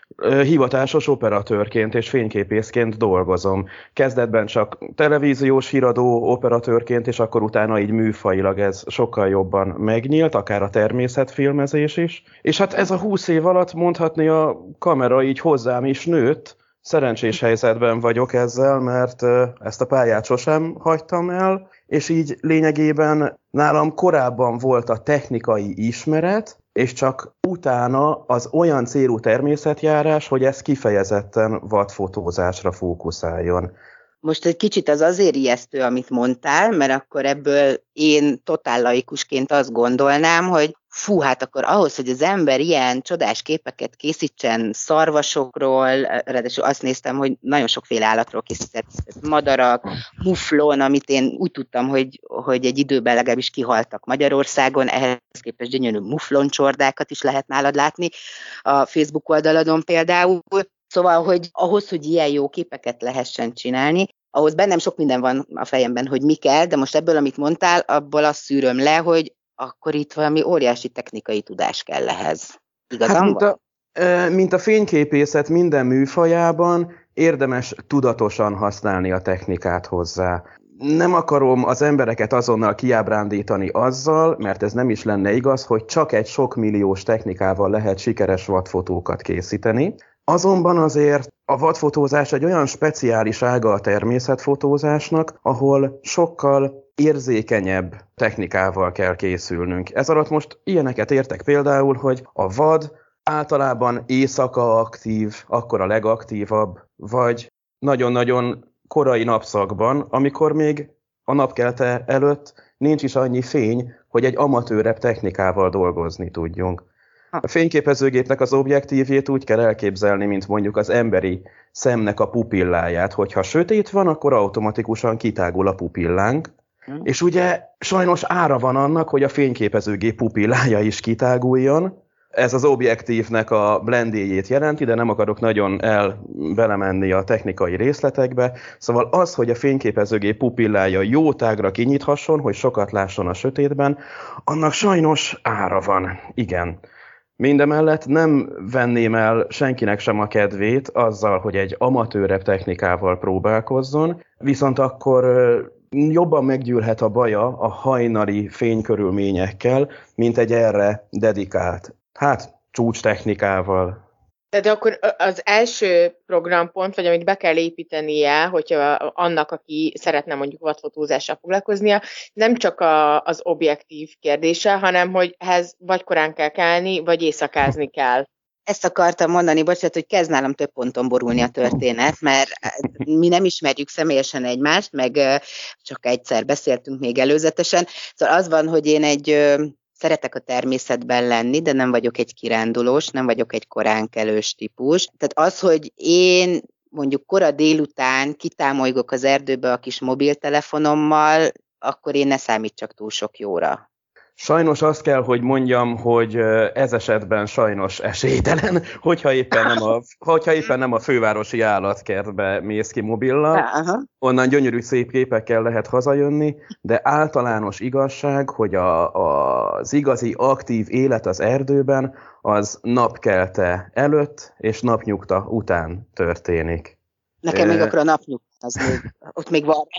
Speaker 3: hivatásos operatőrként és fényképészként dolgozom. Kezdetben csak televíziós híradó operatőrként, és akkor utána így műfajilag ez sokkal jobban megnyílt, akár a természetfilmezés is. És hát ez a húsz év alatt mondhatni a kamera így hozzám is nőtt. Szerencsés helyzetben vagyok ezzel, mert ezt a pályát sosem hagytam el, és így lényegében nálam korábban volt a technikai ismeret, és csak utána az olyan célú természetjárás, hogy ez kifejezetten vadfotózásra fókuszáljon.
Speaker 2: Most egy kicsit az azért ijesztő, amit mondtál, mert akkor ebből én totál laikusként azt gondolnám, hogy fú, hát akkor ahhoz, hogy az ember ilyen csodás képeket készítsen szarvasokról, ráadásul azt néztem, hogy nagyon sokféle állatról készített, madarak, muflon, amit én úgy tudtam, hogy, hogy egy időben legalábbis kihaltak Magyarországon, ehhez képest gyönyörű mufloncsordákat is lehet nálad látni a Facebook oldaladon például. Szóval, hogy ahhoz, hogy ilyen jó képeket lehessen csinálni, ahhoz bennem sok minden van a fejemben, hogy mi kell, de most ebből, amit mondtál, abból azt szűröm le, hogy akkor itt valami óriási technikai tudás kell ehhez. Igazam hát,
Speaker 3: mint, a, mint a fényképészet minden műfajában, érdemes tudatosan használni a technikát hozzá. Nem akarom az embereket azonnal kiábrándítani azzal, mert ez nem is lenne igaz, hogy csak egy sok milliós technikával lehet sikeres vadfotókat készíteni. Azonban azért a vadfotózás egy olyan speciális ága a természetfotózásnak, ahol sokkal érzékenyebb technikával kell készülnünk. Ez alatt most ilyeneket értek például, hogy a vad általában éjszaka aktív, akkor a legaktívabb, vagy nagyon-nagyon korai napszakban, amikor még a napkelte előtt nincs is annyi fény, hogy egy amatőrebb technikával dolgozni tudjunk. A fényképezőgépnek az objektívjét úgy kell elképzelni, mint mondjuk az emberi szemnek a pupilláját, hogyha sötét van, akkor automatikusan kitágul a pupillánk, hmm. és ugye sajnos ára van annak, hogy a fényképezőgép pupillája is kitáguljon. Ez az objektívnek a blendéjét jelenti, de nem akarok nagyon el belemenni a technikai részletekbe. Szóval az, hogy a fényképezőgép pupillája jó tágra kinyithasson, hogy sokat lásson a sötétben, annak sajnos ára van, igen. Mindemellett nem venném el senkinek sem a kedvét azzal, hogy egy amatőrebb technikával próbálkozzon, viszont akkor jobban meggyűlhet a baja a hajnali fénykörülményekkel, mint egy erre dedikált, hát csúcs technikával.
Speaker 1: De akkor az első programpont, vagy amit be kell építenie, hogyha annak, aki szeretne mondjuk vadfotózással foglalkoznia, nem csak a, az objektív kérdése, hanem hogy ehhez vagy korán kell kelni, vagy éjszakázni kell.
Speaker 2: Ezt akartam mondani, bocsánat, hogy kezd nálam több ponton borulni a történet, mert mi nem ismerjük személyesen egymást, meg csak egyszer beszéltünk még előzetesen. Szóval az van, hogy én egy... Szeretek a természetben lenni, de nem vagyok egy kirándulós, nem vagyok egy koránkelős típus. Tehát az, hogy én mondjuk kora délután kitámolygok az erdőbe a kis mobiltelefonommal, akkor én ne számítsak túl sok jóra.
Speaker 3: Sajnos azt kell, hogy mondjam, hogy ez esetben sajnos esélytelen, hogyha éppen nem a, hogyha éppen nem a fővárosi állatkertbe mész ki mobillal. Aha. Onnan gyönyörű szép képekkel lehet hazajönni, de általános igazság, hogy a, a, az igazi aktív élet az erdőben az napkelte előtt és napnyugta után történik.
Speaker 2: Nekem még akkor a napnyugta, az még, ott még van.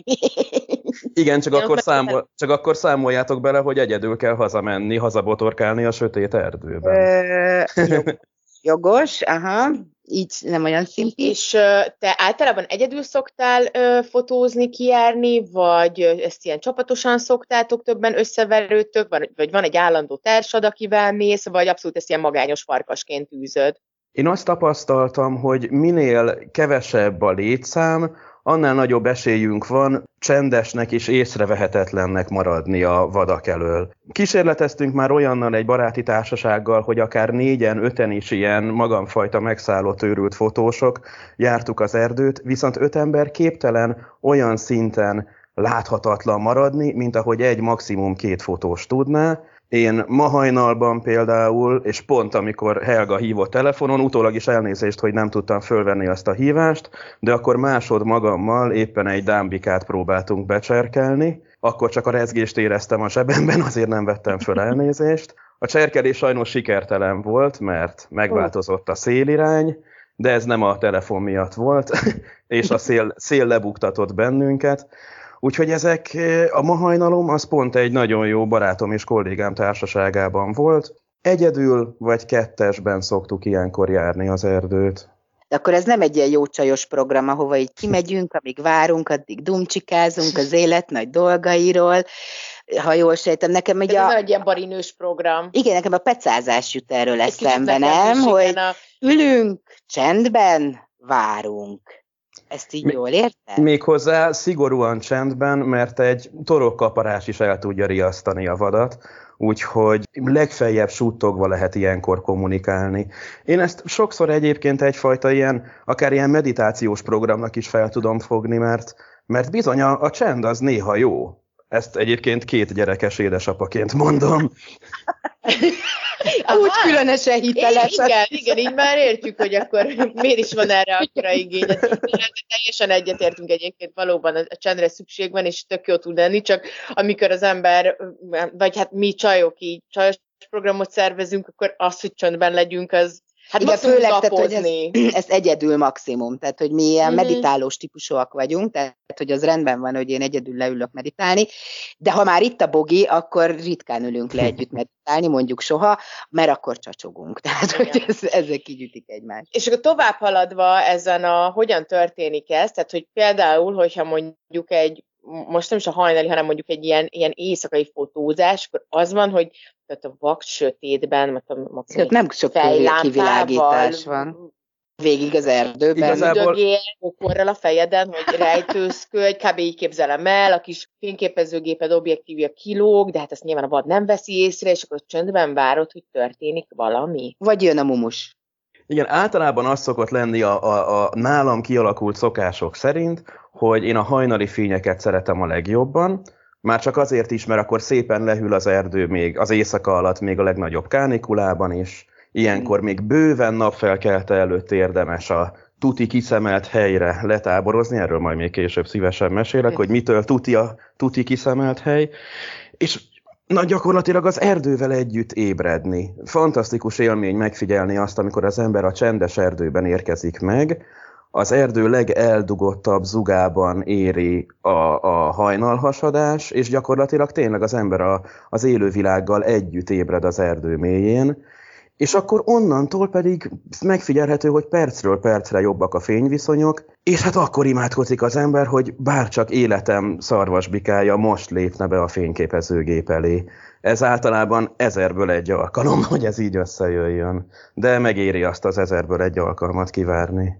Speaker 3: Igen, csak akkor, számol, csak akkor számoljátok bele, hogy egyedül kell hazamenni, hazabotorkálni a sötét erdőben.
Speaker 2: Ö, jogos, aha, így nem olyan szimpi.
Speaker 1: És te általában egyedül szoktál ö, fotózni, kijárni, vagy ezt ilyen csapatosan szoktátok, többen összeverődtök, vagy, vagy van egy állandó társad, akivel mész, vagy abszolút ezt ilyen magányos farkasként űzöd?
Speaker 3: Én azt tapasztaltam, hogy minél kevesebb a létszám, annál nagyobb esélyünk van csendesnek és észrevehetetlennek maradni a vadak elől. Kísérleteztünk már olyannal egy baráti társasággal, hogy akár négyen, öten is ilyen magamfajta megszállott őrült fotósok jártuk az erdőt, viszont öt ember képtelen olyan szinten láthatatlan maradni, mint ahogy egy maximum két fotós tudná. Én ma hajnalban például, és pont amikor Helga hívott telefonon, utólag is elnézést, hogy nem tudtam fölvenni azt a hívást, de akkor másod magammal éppen egy dámbikát próbáltunk becserkelni, akkor csak a rezgést éreztem a zsebemben, azért nem vettem föl, elnézést. A cserkelés sajnos sikertelen volt, mert megváltozott a szélirány, de ez nem a telefon miatt volt, és a szél, szél lebuktatott bennünket. Úgyhogy ezek, a ma hajnalom az pont egy nagyon jó barátom és kollégám társaságában volt. Egyedül vagy kettesben szoktuk ilyenkor járni az erdőt.
Speaker 2: De akkor ez nem egy ilyen jó csajos program, ahova így kimegyünk, amíg várunk, addig dumcsikázunk az élet nagy dolgairól, ha jól sejtem. Nekem
Speaker 1: egy, a... egy ilyen barinős program.
Speaker 2: Igen, nekem a pecázás jut erről eszembe, nem? Hogy a... ülünk, csendben várunk. Ezt így Mi, jól érted?
Speaker 3: Méghozzá szigorúan csendben, mert egy torokkaparás is el tudja riasztani a vadat, úgyhogy legfeljebb suttogva lehet ilyenkor kommunikálni. Én ezt sokszor egyébként egyfajta ilyen, akár ilyen meditációs programnak is fel tudom fogni, mert, mert bizony a, a csend az néha jó. Ezt egyébként két gyerekes édesapaként mondom.
Speaker 2: Úgy különösen hiteles.
Speaker 1: Igen, igen, így már értjük, hogy akkor miért is van erre akkora igény. Teljesen egyetértünk egyébként, valóban a csendre szükség van, és tök jó tud lenni, csak amikor az ember, vagy hát mi csajok így csajos programot szervezünk, akkor az, hogy csöndben legyünk, az
Speaker 2: hát igen, főleg, tehát, hogy ez, ez egyedül maximum, tehát hogy mi ilyen mm-hmm. meditálós típusúak vagyunk, tehát hogy az rendben van, hogy én egyedül leülök meditálni, de ha már itt a bogi, akkor ritkán ülünk le együtt meditálni, mondjuk soha, mert akkor csacsogunk, tehát igen. Hogy ez, ezek így ütik egymást.
Speaker 1: És akkor tovább haladva ezen a hogyan történik ez, tehát hogy például, hogyha mondjuk egy most nem is a hajnali, hanem mondjuk egy ilyen, ilyen éjszakai fotózás, akkor az van, hogy tehát a vak sötétben, mert a
Speaker 2: nem sok kivilágítás van. Végig az erdőben.
Speaker 1: Igazából... Üdögél, okorral a fejeden, hogy rejtőzködj, kb. Így képzelem el, a kis fényképezőgéped objektívja kilóg, de hát ezt nyilván a vad nem veszi észre, és akkor csöndben várod, hogy történik valami.
Speaker 2: Vagy jön a mumus.
Speaker 3: Igen, általában az szokott lenni a, a, a nálam kialakult szokások szerint, hogy én a hajnali fényeket szeretem a legjobban, már csak azért is, mert akkor szépen lehűl az erdő még az éjszaka alatt, még a legnagyobb kánikulában is. Ilyenkor még bőven napfelkelte előtt érdemes a tuti kiszemelt helyre letáborozni, erről majd még később szívesen mesélek, hogy mitől tuti a tuti kiszemelt hely, és na, gyakorlatilag az erdővel együtt ébredni. Fantasztikus élmény megfigyelni azt, amikor az ember a csendes erdőben érkezik meg, az erdő legeldugottabb zugában éri a, a hajnalhasadás, és gyakorlatilag tényleg az ember a, az élővilággal együtt ébred az erdő mélyén, és akkor onnantól pedig megfigyelhető, hogy percről percre jobbak a fényviszonyok, és hát akkor imádkozik az ember, hogy bárcsak életem szarvasbikája most lépne be a fényképezőgép elé. Ez általában ezerből egy alkalom, hogy ez így összejöjjön. De megéri azt az ezerből egy alkalmat kivárni.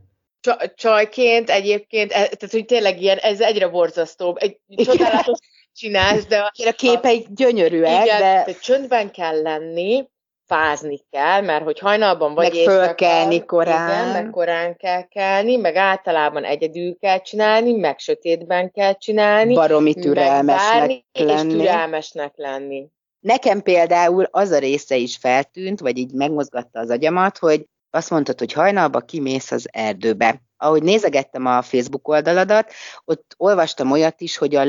Speaker 1: Csajként egyébként, tehát hogy tényleg ilyen, ez egyre borzasztóbb. Egy csodálatos csinálsz, de a,
Speaker 2: a képei gyönyörűek,
Speaker 1: igen,
Speaker 2: de...
Speaker 1: de csöndben kell lenni, fázni kell, mert hogy hajnalban vagy
Speaker 2: meg éjszaka, fölkelni korán.
Speaker 1: Igen, meg korán kell kelni, meg általában egyedül kell csinálni, meg sötétben kell csinálni.
Speaker 2: Baromi türelmesnek lenni.
Speaker 1: És türelmesnek lenni.
Speaker 2: Nekem például az a része is feltűnt, vagy így megmozgatta az agyamat, hogy azt mondtad, hogy hajnalba kimész az erdőbe. Ahogy nézegettem a Facebook oldaladat, ott olvastam olyat is, hogy a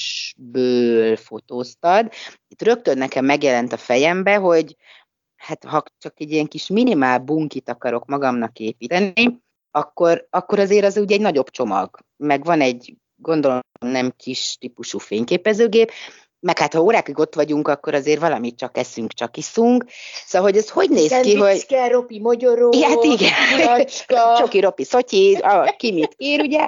Speaker 2: lesből fotóztad. Itt rögtön nekem megjelent a fejembe, hogy hát ha csak egy ilyen kis minimál bunkit akarok magamnak építeni, akkor, akkor azért az ugye egy nagyobb csomag. Meg van egy, gondolom, nem kis típusú fényképezőgép, meg hát ha órákig ott vagyunk, akkor azért valamit csak eszünk, csak iszunk. Szóval, hogy ez hogy néz
Speaker 1: Szent
Speaker 2: ki, hogy...
Speaker 1: Szendvicske, ropi, mogyoró,
Speaker 2: hát igen, csoki, ropi, szotyi, ki mit kér, ugye?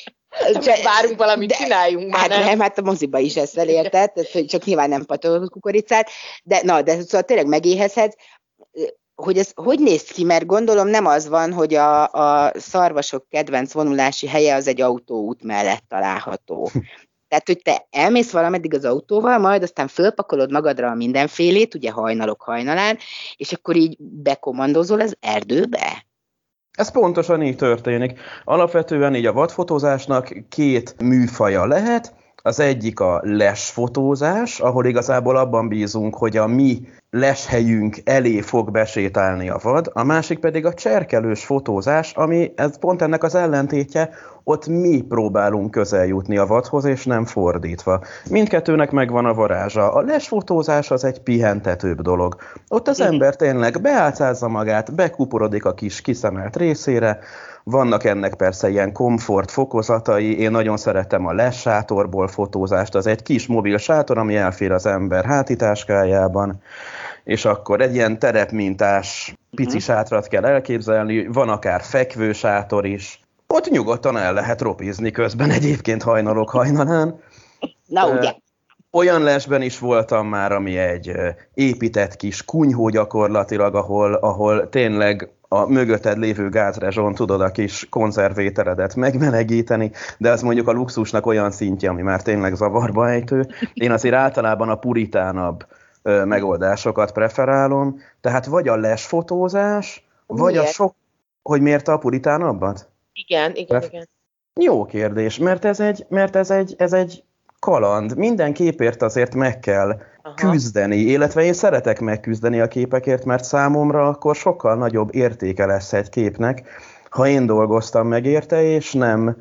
Speaker 1: Várunk valamit, de, csináljunk már,
Speaker 2: hát
Speaker 1: nem?
Speaker 2: nem, hát a moziba is ezzel érted, hogy csak nyilván nem patolod kukoricát, de na, de szóval tényleg megéhezhetsz, hogy ez hogy néz ki, mert gondolom nem az van, hogy a, a szarvasok kedvenc vonulási helye az egy autóút mellett található. Tehát, hogy te elmész valameddig az autóval, majd aztán fölpakolod magadra a mindenfélét, ugye hajnalok hajnalán, és akkor így bekommandozol az erdőbe?
Speaker 3: Ez pontosan így történik. Alapvetően így a vadfotózásnak két műfaja lehet. Az egyik a lesfotózás, ahol igazából abban bízunk, hogy a mi leshelyünk elé fog besétálni a vad, a másik pedig a cserkelős fotózás, ami ez pont ennek az ellentétje, ott mi próbálunk közel jutni a vadhoz, és nem fordítva. Mindkettőnek megvan a varázsa. A lesfotózás az egy pihentetőbb dolog. Ott az ember tényleg beálcázza magát, bekuporodik a kis kiszemelt részére, vannak ennek persze ilyen komfort fokozatai, én nagyon szeretem a les sátorból fotózást, az egy kis mobil sátor, ami elfér az ember hátitáskájában, és akkor egy ilyen terepmintás pici sátrat kell elképzelni, van akár fekvő sátor is, ott nyugodtan el lehet ropizni közben egyébként hajnalok hajnalán.
Speaker 2: Na ugye.
Speaker 3: Olyan lesben is voltam már, ami egy épített kis kunyhó gyakorlatilag, ahol, ahol tényleg a mögötted lévő gázrezson tudod a kis konzervételedet megmelegíteni, de az mondjuk a luxusnak olyan szintje, ami már tényleg zavarba ejtő. Én azért általában a puritánabb ö, megoldásokat preferálom, tehát vagy a lesfotózás, vagy miért? a sok... Hogy miért a puritánabbat?
Speaker 1: Igen, igen, Pref... igen.
Speaker 3: Jó kérdés, mert ez egy, mert ez egy, ez egy kaland. Minden képért azért meg kell Aha. küzdeni, illetve én szeretek megküzdeni a képekért, mert számomra akkor sokkal nagyobb értéke lesz egy képnek, ha én dolgoztam meg érte, és nem,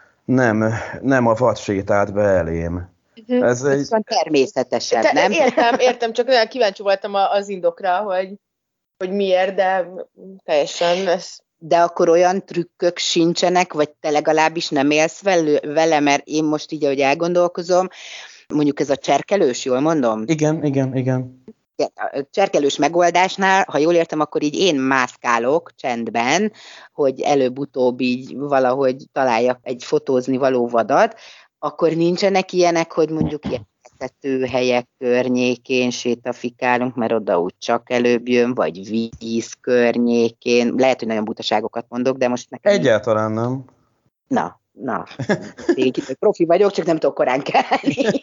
Speaker 3: nem, nem a vad sétált be elém.
Speaker 2: Uh-huh. Ez egy... természetesen,
Speaker 1: Te,
Speaker 2: nem?
Speaker 1: Értem, értem, csak olyan kíváncsi voltam az indokra, hogy, hogy miért, de teljesen... Ez...
Speaker 2: De akkor olyan trükkök sincsenek, vagy te legalábbis nem élsz vele, mert én most így, ahogy elgondolkozom, mondjuk ez a cserkelős, jól mondom?
Speaker 3: Igen, igen, igen.
Speaker 2: A cserkelős megoldásnál, ha jól értem, akkor így én mászkálok csendben, hogy előbb-utóbb így valahogy találjak egy fotózni való vadat, akkor nincsenek ilyenek, hogy mondjuk ilyen helyek környékén sétafikálunk, mert oda úgy csak előbb jön, vagy víz környékén. Lehet, hogy nagyon butaságokat mondok, de most nekem...
Speaker 3: Egyáltalán nem.
Speaker 2: Na, na. Én profi vagyok, csak nem tudok korán kelni.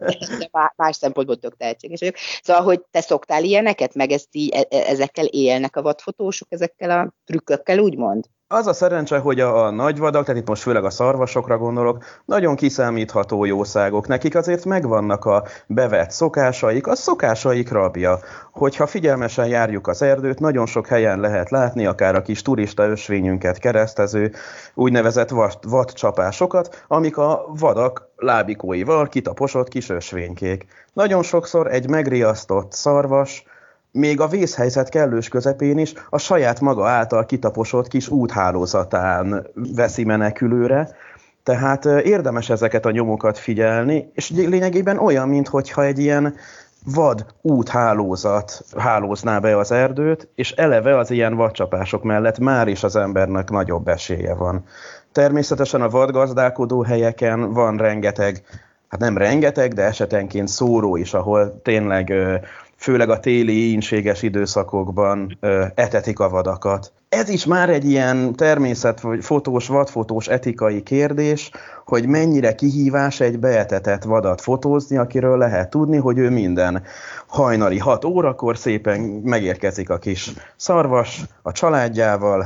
Speaker 2: De más szempontból tök tehetséges vagyok. Szóval, hogy te szoktál ilyeneket, meg ezt így, ezekkel élnek a vadfotósok, ezekkel a trükkökkel, úgymond?
Speaker 3: Az a szerencse, hogy a, a nagyvadak, tehát itt most főleg a szarvasokra gondolok, nagyon kiszámítható jószágok. Nekik azért megvannak a bevett szokásaik, a szokásaik rabja. Hogyha figyelmesen járjuk az erdőt, nagyon sok helyen lehet látni, akár a kis turista ösvényünket keresztező úgynevezett vad, vadcsapásokat, amik a vadak lábikóival kitaposott kis ösvénykék. Nagyon sokszor egy megriasztott szarvas, még a vészhelyzet kellős közepén is a saját maga által kitaposott kis úthálózatán veszi menekülőre, tehát érdemes ezeket a nyomokat figyelni, és lényegében olyan, mintha egy ilyen vad úthálózat hálózná be az erdőt, és eleve az ilyen vadcsapások mellett már is az embernek nagyobb esélye van. Természetesen a vadgazdálkodó helyeken van rengeteg, hát nem rengeteg, de esetenként szóró is, ahol tényleg... főleg a téli ínséges időszakokban ö, etetik a vadakat. Ez is már egy ilyen természet, vagy fotós, vadfotós etikai kérdés, hogy mennyire kihívás egy beetetett vadat fotózni, akiről lehet tudni, hogy ő minden hajnali hat órakor szépen megérkezik a kis szarvas a családjával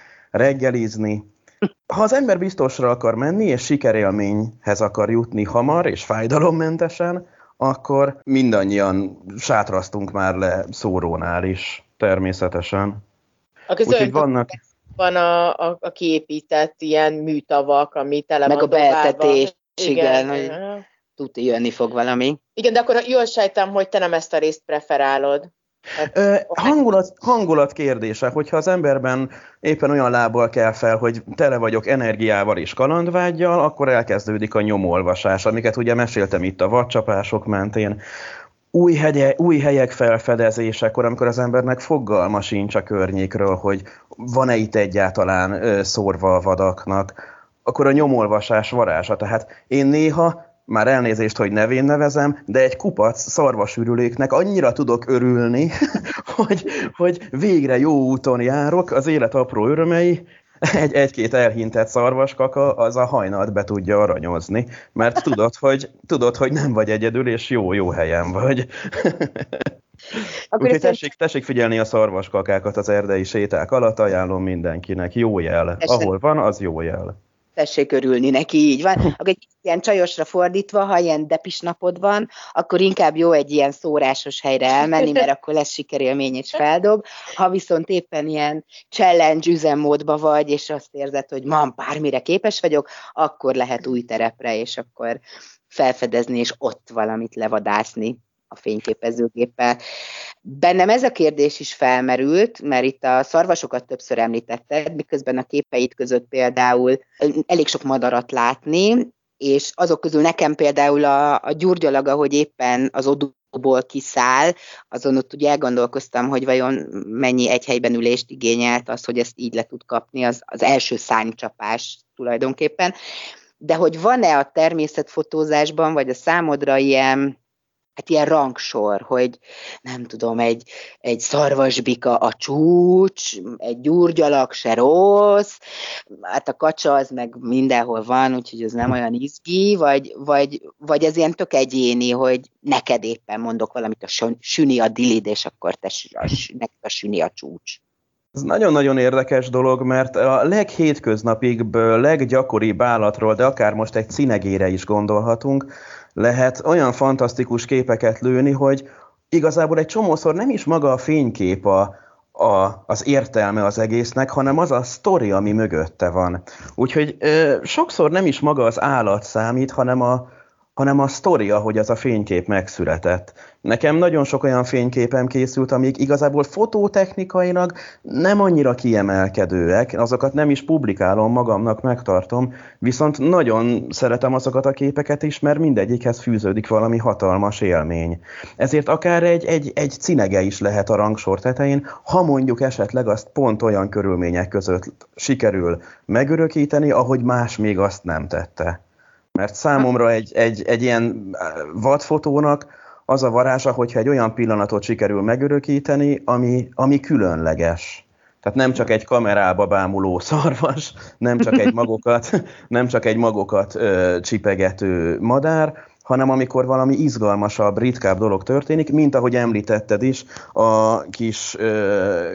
Speaker 3: reggelizni. Ha az ember biztosra akar menni, és sikerélményhez akar jutni hamar és fájdalommentesen, akkor mindannyian sátraztunk már le szórónál is, természetesen.
Speaker 1: Úgyhogy vannak... Van a, a, a kiépített ilyen műtavak, ami tele
Speaker 2: meg
Speaker 1: van
Speaker 2: a beeltetés, igen,
Speaker 1: igen,
Speaker 2: hogy tudni jönni fog valami.
Speaker 1: Igen, de akkor jól sejtem, hogy te nem ezt a részt preferálod.
Speaker 3: Hát, Ö, hangulat, hangulat kérdése, hogyha az emberben éppen olyan lábbal kell fel, hogy tele vagyok energiával és kalandvággyal, akkor elkezdődik a nyomolvasás, amiket ugye meséltem itt a vadcsapások mentén. Új, hegye, új helyek felfedezésekor, amikor az embernek fogalma sincs a környékről, hogy van-e itt egyáltalán ö, szórva a vadaknak, akkor a nyomolvasás varázsa. Tehát én néha, már elnézést, hogy nevén nevezem, de egy kupac szarvasürüléknek annyira tudok örülni, hogy, hogy végre jó úton járok, az élet apró örömei, egy, egy-két elhintett szarvaskaka, az a hajnalt be tudja aranyozni, mert tudod, hogy, tudod, hogy nem vagy egyedül, és jó-jó helyen vagy. Úgyhogy tessék, tessék figyelni a szarvaskakákat az erdei séták alatt, ajánlom mindenkinek. Jó jel. Ahol van, az jó jel.
Speaker 2: tessék örülni neki, így van. Akkor egy ilyen csajosra fordítva, ha ilyen depis napod van, akkor inkább jó egy ilyen szórásos helyre elmenni, mert akkor lesz sikerélmény és feldob. Ha viszont éppen ilyen challenge üzemmódba vagy, és azt érzed, hogy man, bármire képes vagyok, akkor lehet új terepre, és akkor felfedezni, és ott valamit levadászni a fényképezőgéppel. Bennem ez a kérdés is felmerült, mert itt a szarvasokat többször említetted, miközben a képeid között például elég sok madarat látni, és azok közül nekem például a, a gyurgyalag, ahogy éppen az odúból kiszáll, azon ott ugye elgondolkoztam, hogy vajon mennyi egy helyben ülést igényelt az, hogy ezt így le tud kapni, az, az első szárnycsapás tulajdonképpen. De hogy van-e a természetfotózásban, vagy a számodra ilyen, hát ilyen rangsor, hogy nem tudom, egy, egy szarvasbika a csúcs, egy gyurgyalag se rossz, hát a kacsa az meg mindenhol van, úgyhogy az nem olyan izgi, vagy, vagy, vagy ez ilyen tök egyéni, hogy neked éppen mondok valamit, a süni a dilid, és akkor te neked a süni a csúcs.
Speaker 3: Ez nagyon-nagyon érdekes dolog, mert a leghétköznapibb, leggyakoribb állatról, de akár most egy cinegére is gondolhatunk, lehet olyan fantasztikus képeket lőni, hogy igazából egy csomószor nem is maga a fénykép a, a, az értelme az egésznek, hanem az a sztori, ami mögötte van. Úgyhogy ö, sokszor nem is maga az állat számít, hanem a, hanem a sztori, ahogy az a fénykép megszületett. Nekem nagyon sok olyan fényképem készült, amik igazából fotótechnikailag nem annyira kiemelkedőek, azokat nem is publikálom, magamnak megtartom, viszont nagyon szeretem azokat a képeket is, mert mindegyikhez fűződik valami hatalmas élmény. Ezért akár egy, egy, egy cinege is lehet a rangsor tetején, ha mondjuk esetleg azt pont olyan körülmények között sikerül megörökíteni, ahogy más még azt nem tette. Mert számomra egy, egy, egy ilyen vadfotónak az a varázsa, hogyha egy olyan pillanatot sikerül megörökíteni, ami, ami különleges. Tehát nem csak egy kamerába bámuló szarvas, nem csak egy magokat, nem csak egy magokat ö, csipegető madár, hanem amikor valami izgalmasabb, ritkább dolog történik, mint ahogy említetted is, a kis ö,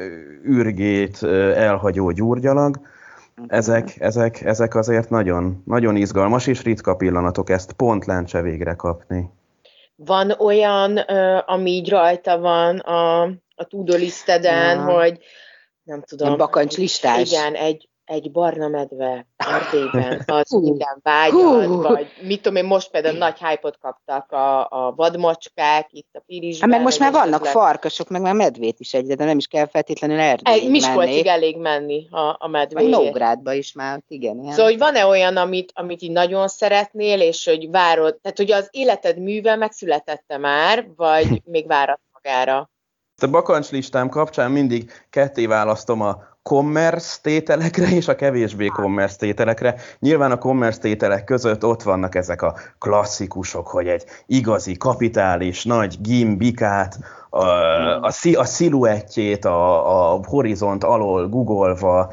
Speaker 3: ürgét ö, elhagyó gyurgyalag. Ezek, ezek, ezek azért nagyon, nagyon izgalmas és ritka pillanatok, ezt pont lencse végre kapni.
Speaker 1: Van olyan, uh, ami így rajta van a, a to-do listeden, ja. hogy nem tudom.
Speaker 2: Bakancslistás.
Speaker 1: Igen, egy, egy barna medve erdélyben, az minden vágyad, vagy mit tudom én, most például nagy hype-ot kaptak a, a vadmacskák itt a Pirisben.
Speaker 2: Hát meg most már vannak le... farkasok, meg már medvét is egyre, de nem is kell feltétlenül erdélyig menni.
Speaker 1: Miskolcig elég menni a, a medvéért.
Speaker 2: Vagy Nógrádba is már, igen. Ilyen.
Speaker 1: Szóval, hogy van-e olyan, amit, amit így nagyon szeretnél, és hogy várod, tehát hogy az életed műve megszületette már, vagy még várat magára?
Speaker 3: A bakancslistám kapcsán mindig ketté választom a commerce tételekre és a kevésbé commerce tételekre. Nyilván a commerce tételek között ott vannak ezek a klasszikusok, hogy egy igazi, kapitális, nagy gimbikát, a, a, a sziluettjét a, a horizont alól googolva,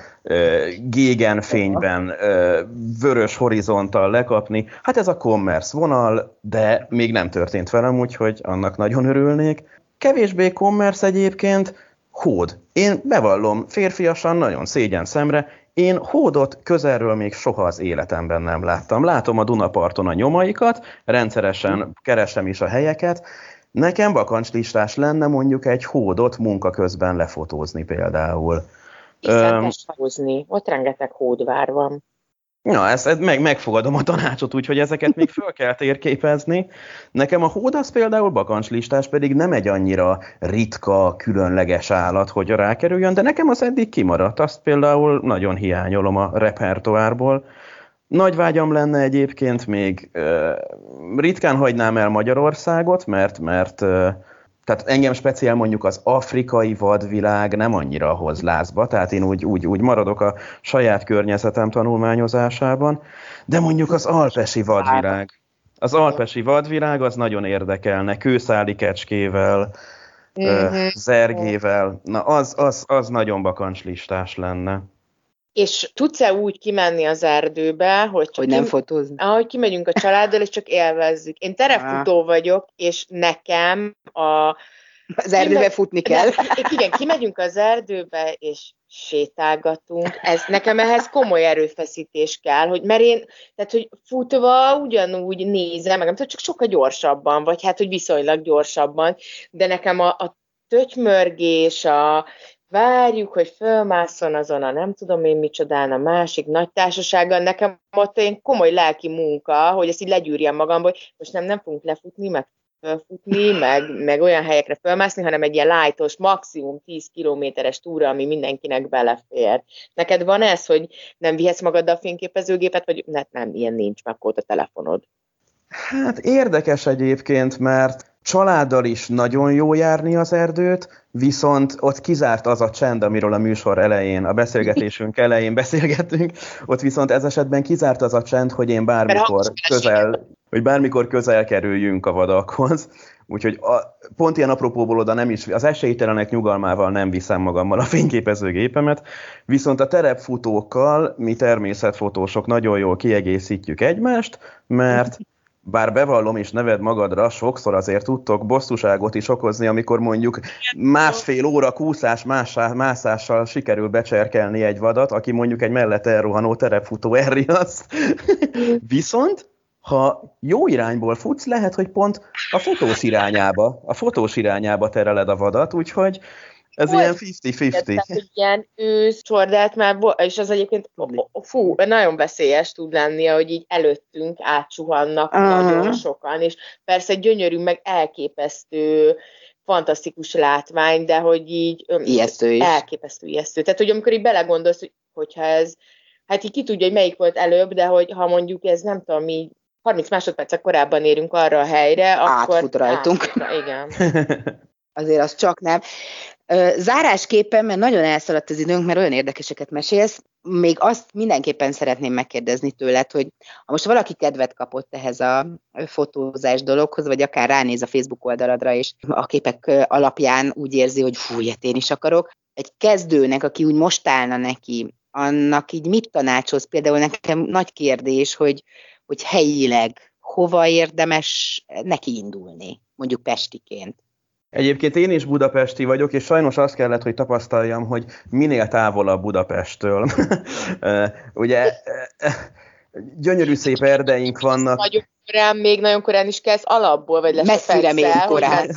Speaker 3: gégenfényben, vörös horizonttal lekapni. Hát ez a commerce vonal, de még nem történt velem, úgyhogy annak nagyon örülnék. Kevésbé commerce egyébként hód. Én bevallom, férfiasan, nagyon szégyen szemre, én hódot közelről még soha az életemben nem láttam. Látom a Dunaparton a nyomaikat, rendszeresen keresem is a helyeket. Nekem bakancslistás lenne mondjuk egy hódot munka közben lefotózni például.
Speaker 1: Iszentes hozni, ott rengeteg hódvár van.
Speaker 3: Na, ezt, ezt meg, megfogadom a tanácsot, úgyhogy ezeket még föl kell térképezni. Nekem a hód az például bakancslistás, pedig nem egy annyira ritka, különleges állat, hogy rákerüljön, de nekem az eddig kimaradt. Azt például nagyon hiányolom a repertoárból. Nagy vágyam lenne egyébként még, uh, ritkán hagynám el Magyarországot, mert, mert uh, tehát engem speciál mondjuk az afrikai vadvilág nem annyira hoz lázba, tehát én úgy, úgy, úgy maradok a saját környezetem tanulmányozásában, de mondjuk az alpesi vadvilág, az alpesi vadvilág az nagyon érdekelne, kőszáli kecskével, mm-hmm. zergével, na az, az, az nagyon bakancslistás lenne.
Speaker 1: És tudsz-e úgy kimenni az erdőbe, hogy, csak
Speaker 2: hogy nem
Speaker 1: kim...
Speaker 2: fotózni?
Speaker 1: Ahogy kimegyünk a családdal, és csak élvezzük. Én terepfutó vagyok, és nekem a
Speaker 2: Az erdőbe Kime... futni kell.
Speaker 1: De, igen, kimegyünk az erdőbe, és sétálgatunk. Ez, nekem ehhez komoly erőfeszítés kell, hogy mert én, tehát, hogy futva ugyanúgy nézem, meg nem tudom, csak sokkal gyorsabban, vagy hát, hogy viszonylag gyorsabban, de nekem a, a tötymörgés, a várjuk, hogy fölmászon azon a nem tudom én micsodán a másik nagy társasággal, nekem ott egy komoly lelki munka, hogy ezt így legyűrjem magamból, hogy most nem, nem fogunk lefutni, meg fölfutni, meg, meg olyan helyekre fölmászni, hanem egy ilyen lightos, maximum tíz kilométeres túra, ami mindenkinek belefér. Neked van ez, hogy nem vihetsz magaddal a fényképezőgépet, vagy nem, nem, ilyen nincs, meg volt a telefonod?
Speaker 3: Hát érdekes egyébként, mert családdal is nagyon jó járni az erdőt, viszont ott kizárt az a csend, amiről a műsor elején, a beszélgetésünk elején beszélgettünk, ott viszont ez esetben kizárt az a csend, hogy én bármikor közel, hogy bármikor közel kerüljünk a vadakhoz. Úgyhogy a, pont ilyen apropóból oda nem is, az esélytelenek nyugalmával nem viszem magammal a fényképezőgépemet, viszont a terepfutókkal mi természetfotósok nagyon jól kiegészítjük egymást, mert bár bevallom és neved magadra, sokszor azért tudtok bosszúságot is okozni, amikor mondjuk másfél óra kúszás, mászással sikerül becserkelni egy vadat, aki mondjuk egy mellett elrohanó terepfutó elriaszt. Viszont, ha jó irányból futsz, lehet, hogy pont a fotós irányába, a fotós irányába tereled a vadat, úgyhogy ez Hol? ilyen fifty-fifty.
Speaker 1: Ilyen ősz csordát már, és az egyébként, fú, nagyon veszélyes tud lenni, hogy így előttünk átsuhannak uh-huh. nagyon sokan, és persze gyönyörű, meg elképesztő, fantasztikus látvány, de hogy így
Speaker 2: ijesztő is.
Speaker 1: Elképesztő ijesztő. Tehát, hogy amikor így belegondolsz, hogy, hogyha ez, hát így ki tudja, hogy melyik volt előbb, de hogy ha mondjuk ez nem tudom, mi harminc másodpercek korábban érünk arra a helyre, akkor
Speaker 2: átfut rajtunk.
Speaker 1: Átfut, igen.
Speaker 2: Azért az csak nem. Zárásképpen, mert nagyon elszaladt az időnk, mert olyan érdekeseket mesélsz, még azt mindenképpen szeretném megkérdezni tőled, hogy ha most valaki kedvet kapott ehhez a fotózás dologhoz, vagy akár ránéz a Facebook oldaladra, és a képek alapján úgy érzi, hogy fú, ilyet én is akarok, egy kezdőnek, aki úgy most állna neki, annak így mit tanácsolsz? Például nekem nagy kérdés, hogy, hogy helyileg hova érdemes neki indulni, mondjuk pestiként.
Speaker 3: Egyébként én is budapesti vagyok, és sajnos azt kellett, hogy tapasztaljam, hogy minél távolabb Budapesttől. Ugye gyönyörű szép erdeink vannak.
Speaker 1: Nagyon korán, még nagyon korán is kezd alapból, vagy lesz
Speaker 2: messzire még korán.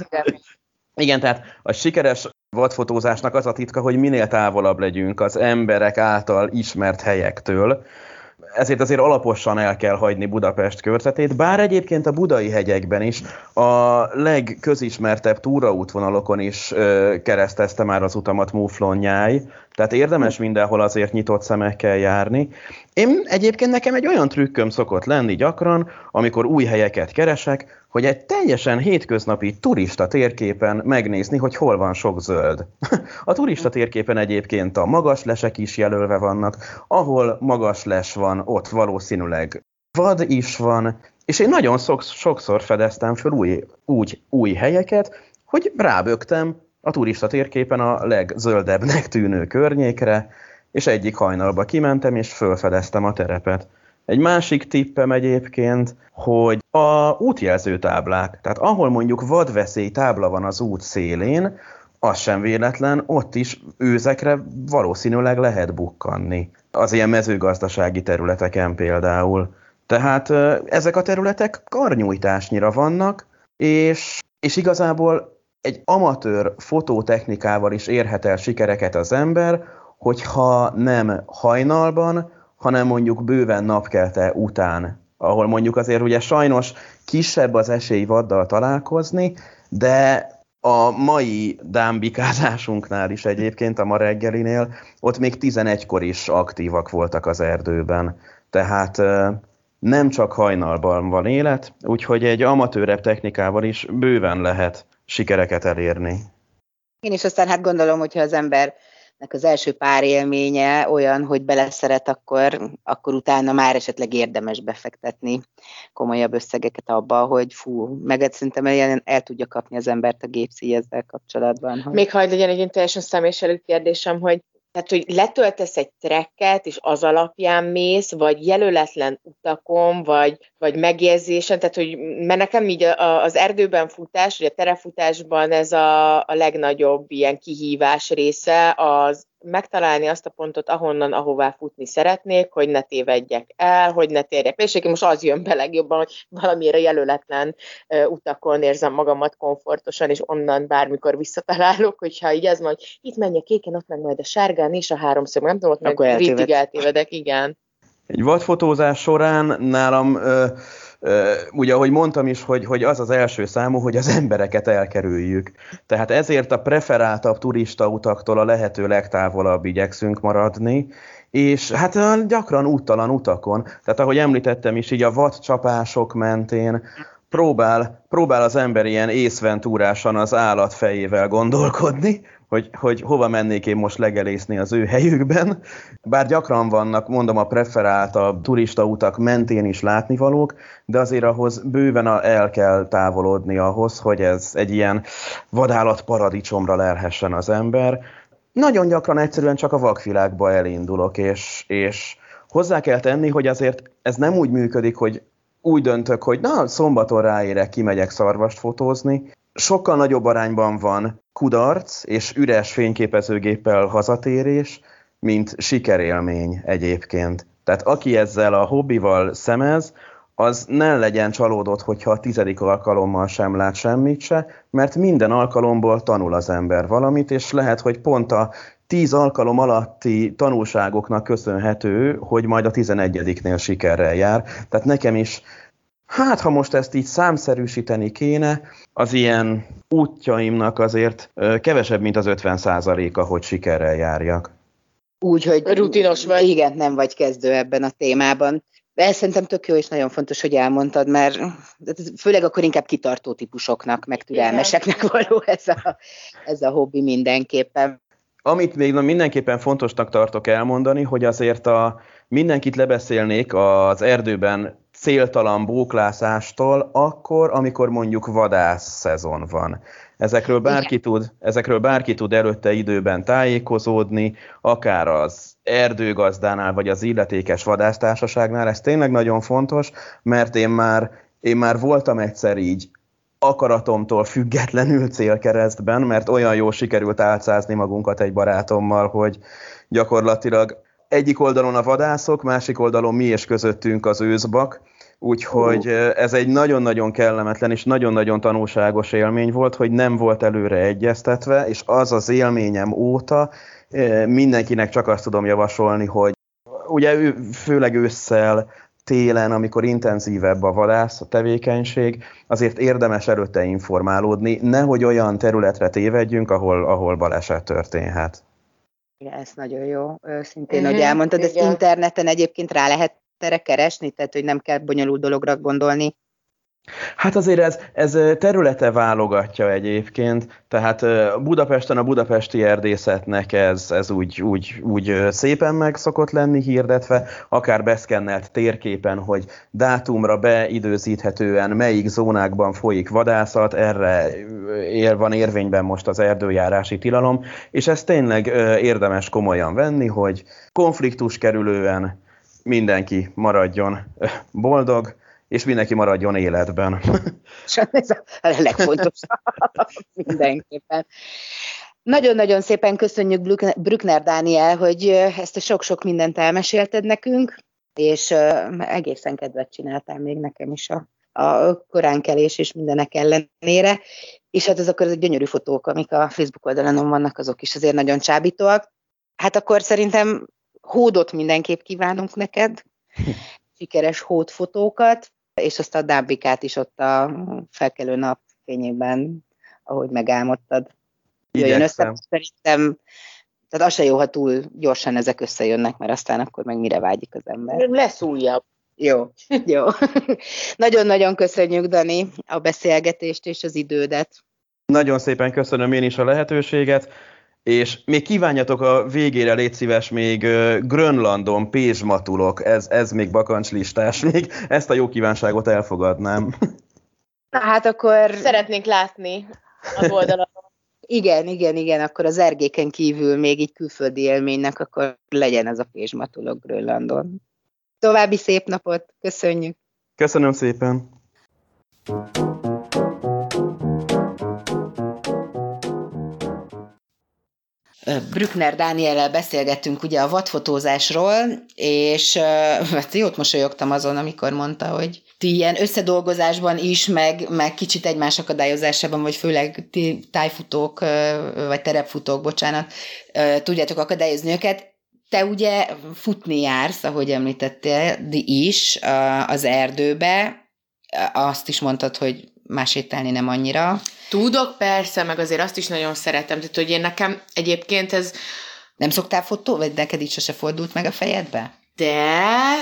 Speaker 3: Igen, tehát a sikeres vadfotózásnak az a titka, hogy minél távolabb legyünk az emberek által ismert helyektől. Ezért azért alaposan el kell hagyni Budapest körzetét, bár egyébként a budai hegyekben is a legközismertebb túraútvonalokon is ö, keresztezte már az utamat Muflon-Nyáj, tehát érdemes mindenhol azért nyitott szemekkel járni. Én egyébként nekem egy olyan trükköm szokott lenni gyakran, amikor új helyeket keresek, hogy egy teljesen hétköznapi turista térképen megnézni, hogy hol van sok zöld. A turista térképen egyébként a magaslesek is jelölve vannak, ahol magasles van, ott valószínűleg vad is van, és én nagyon sokszor fedeztem föl új, úgy új helyeket, hogy rábögtem a turista térképen a legzöldebbnek tűnő környékre, és egyik hajnalba kimentem, és fölfedeztem a terepet. Egy másik tippem egyébként, hogy a útjelző táblák, tehát ahol mondjuk vadveszély tábla van az út szélén, az sem véletlen, ott is őzekre valószínűleg lehet bukkanni. Az ilyen mezőgazdasági területeken például. Tehát ezek a területek karnyújtásnyira vannak, és, és igazából egy amatőr fotótechnikával is érhet el sikereket az ember, hogyha nem hajnalban, hanem mondjuk bőven napkelte után, ahol mondjuk azért ugye sajnos kisebb az esély vaddal találkozni, de a mai dámbikázásunknál is egyébként, a ma reggelinél, ott még tizenegykor is aktívak voltak az erdőben. Tehát nem csak hajnalban van élet, úgyhogy egy amatőrebb technikával is bőven lehet sikereket elérni.
Speaker 2: Én is aztán hát gondolom, hogyha az embernek az első pár élménye olyan, hogy beleszeret, akkor, akkor utána már esetleg érdemes befektetni komolyabb összegeket abba, hogy fú, meg szerintem el, el tudja kapni az embert a gépszíj ezzel kapcsolatban. Hogy...
Speaker 1: Még hagyd legyen egy teljesen személyes kérdésem, hogy Tehát, hogy letöltesz egy tracket, és az alapján mész, vagy jelöletlen utakon, vagy, vagy megjegyzésen, tehát, hogy mert nekem így az erdőben futás, vagy a terefutásban ez a, a legnagyobb ilyen kihívás része, az megtalálni azt a pontot, ahonnan, ahová futni szeretnék, hogy ne tévedjek el, hogy ne térjek. És most az jön be legjobban, hogy valamire jelöletlen uh, utakon érzem magamat komfortosan, és onnan bármikor visszatalálok, hogyha így az mondja, hogy itt menjek kéken, ott meg majd a sárgán, és a háromszög, nem tudom, ott meg rittig eltévedek, igen.
Speaker 3: Egy vadfotózás során nálam, ö, ö, ugye ahogy mondtam is, hogy, hogy az az első számú, hogy az embereket elkerüljük. Tehát ezért a preferáltabb turistautaktól a lehető legtávolabb igyekszünk maradni, és hát gyakran úttalan utakon, tehát ahogy említettem is, így a vadcsapások mentén próbál, próbál az ember ilyen észventúrásan az állat fejével gondolkodni, hogy, hogy hova mennék én most legelészni az ő helyükben. Bár gyakran vannak, mondom, a preferáltabb turistautak mentén is látnivalók, de azért ahhoz bőven el kell távolodni ahhoz, hogy ez egy ilyen vadállat paradicsomra lelhessen az ember. Nagyon gyakran egyszerűen csak a vakvilágba elindulok, és, és hozzá kell tenni, hogy azért ez nem úgy működik, hogy úgy döntök, hogy na, szombaton ráérek, kimegyek szarvast fotózni. Sokkal nagyobb arányban van kudarc és üres fényképezőgéppel hazatérés, mint sikerélmény egyébként. Tehát aki ezzel a hobbival szemez, az ne legyen csalódott, hogyha a tizedik alkalommal sem lát semmit se, mert minden alkalomból tanul az ember valamit, és lehet, hogy pont a tíz alkalom alatti tanulságoknak köszönhető, hogy majd a tizenegyediknél sikerrel jár. Tehát nekem is, hát ha most ezt így számszerűsíteni kéne, az ilyen útjaimnak azért kevesebb, mint az ötven százaléka, hogy sikerrel járjak.
Speaker 2: Úgy, hogy
Speaker 1: rutinos vagy.
Speaker 2: Igen, nem vagy kezdő ebben a témában. De ez szerintem tök jó, és nagyon fontos, hogy elmondtad, mert főleg akkor inkább kitartó típusoknak, meg türelmeseknek való ez a, ez a hobbi mindenképpen.
Speaker 3: Amit még mindenképpen fontosnak tartok elmondani, hogy azért a, mindenkit lebeszélnék az erdőben céltalan bóklászástól akkor, amikor mondjuk vadász szezon van. Ezekről bárki tud, ezekről bárki tud előtte időben tájékozódni, akár az erdőgazdánál, vagy az illetékes vadásztársaságnál. Ez tényleg nagyon fontos, mert én már, én már voltam egyszer így akaratomtól függetlenül célkeresztben, mert olyan jól sikerült álcázni magunkat egy barátommal, hogy gyakorlatilag egyik oldalon a vadászok, másik oldalon mi és közöttünk az őszbak, úgyhogy ez egy nagyon-nagyon kellemetlen és nagyon-nagyon tanulságos élmény volt, hogy nem volt előre egyeztetve, és az az élményem óta mindenkinek csak azt tudom javasolni, hogy ugye főleg ősszel, télen, amikor intenzívebb a vadász, a tevékenység, azért érdemes előtte informálódni, nehogy olyan területre tévedjünk, ahol, ahol baleset történhet.
Speaker 2: Igen, ez nagyon jó. Szintén, uh-huh, hogy elmondtad, ezt interneten egyébként rá lehet erre keresni, tehát hogy nem kell bonyolult dologra gondolni.
Speaker 3: Hát azért ez, ez területe válogatja egyébként, tehát Budapesten a budapesti erdészetnek ez, ez úgy, úgy, úgy szépen meg szokott lenni hirdetve, akár beszkennelt térképen, hogy dátumra beidőzíthetően melyik zónákban folyik vadászat, erre ér, van érvényben most az erdőjárási tilalom, és ez tényleg érdemes komolyan venni, hogy konfliktus kerülően mindenki maradjon boldog, és mindenki maradjon életben.
Speaker 2: Ez a legfontosabb mindenképpen. Nagyon-nagyon szépen köszönjük Brückner Dániel, hogy ezt a sok-sok mindent elmesélted nekünk, és egészen kedvet csináltál még nekem is a, a koránkelés és mindenek ellenére. És hát azok az gyönyörű fotók, amik a Facebook oldalon vannak, azok is azért nagyon csábítóak. Hát akkor szerintem hódot mindenképp kívánunk neked, sikeres hódfotókat, és azt a dábbikát is ott a felkelő nap fényében, ahogy megálmodtad. Jöjjön össze, szerintem, tehát az se jó, ha túl gyorsan ezek összejönnek, mert aztán akkor meg mire vágyik az ember.
Speaker 1: Lesz újabb.
Speaker 2: Jó, jó. Nagyon-nagyon köszönjük, Dani, a beszélgetést és az idődet.
Speaker 3: Nagyon szépen köszönöm én is a lehetőséget, és még kívánjatok a végére, légy szíves, még Grönlandon pézsmatulok, ez, ez még bakancslistás, még ezt a jó kívánságot elfogadnám.
Speaker 2: Na hát akkor...
Speaker 1: Szeretnénk látni az oldalon.
Speaker 2: Igen, igen, igen, akkor az ergéken kívül még így külföldi élménynek, akkor legyen ez a fésmatulok Grönlandon. További szép napot, köszönjük!
Speaker 3: Köszönöm szépen!
Speaker 2: Brückner Dániellel beszélgettünk ugye a vadfotózásról, és hát jót mosolyogtam azon, amikor mondta, hogy ti ilyen összedolgozásban is, meg, meg kicsit egymás akadályozásában, vagy főleg ti tájfutók, vagy terepfutók, bocsánat, tudjátok akadályozni őket. Te ugye futni jársz, ahogy említettél is az erdőbe, azt is mondtad, hogy más sétálni nem annyira.
Speaker 1: Tudok, persze, meg azért azt is nagyon szeretem, tehát hogy én nekem egyébként ez...
Speaker 2: Nem szoktál fotó, vagy neked így sose fordult meg a fejedbe?
Speaker 1: De,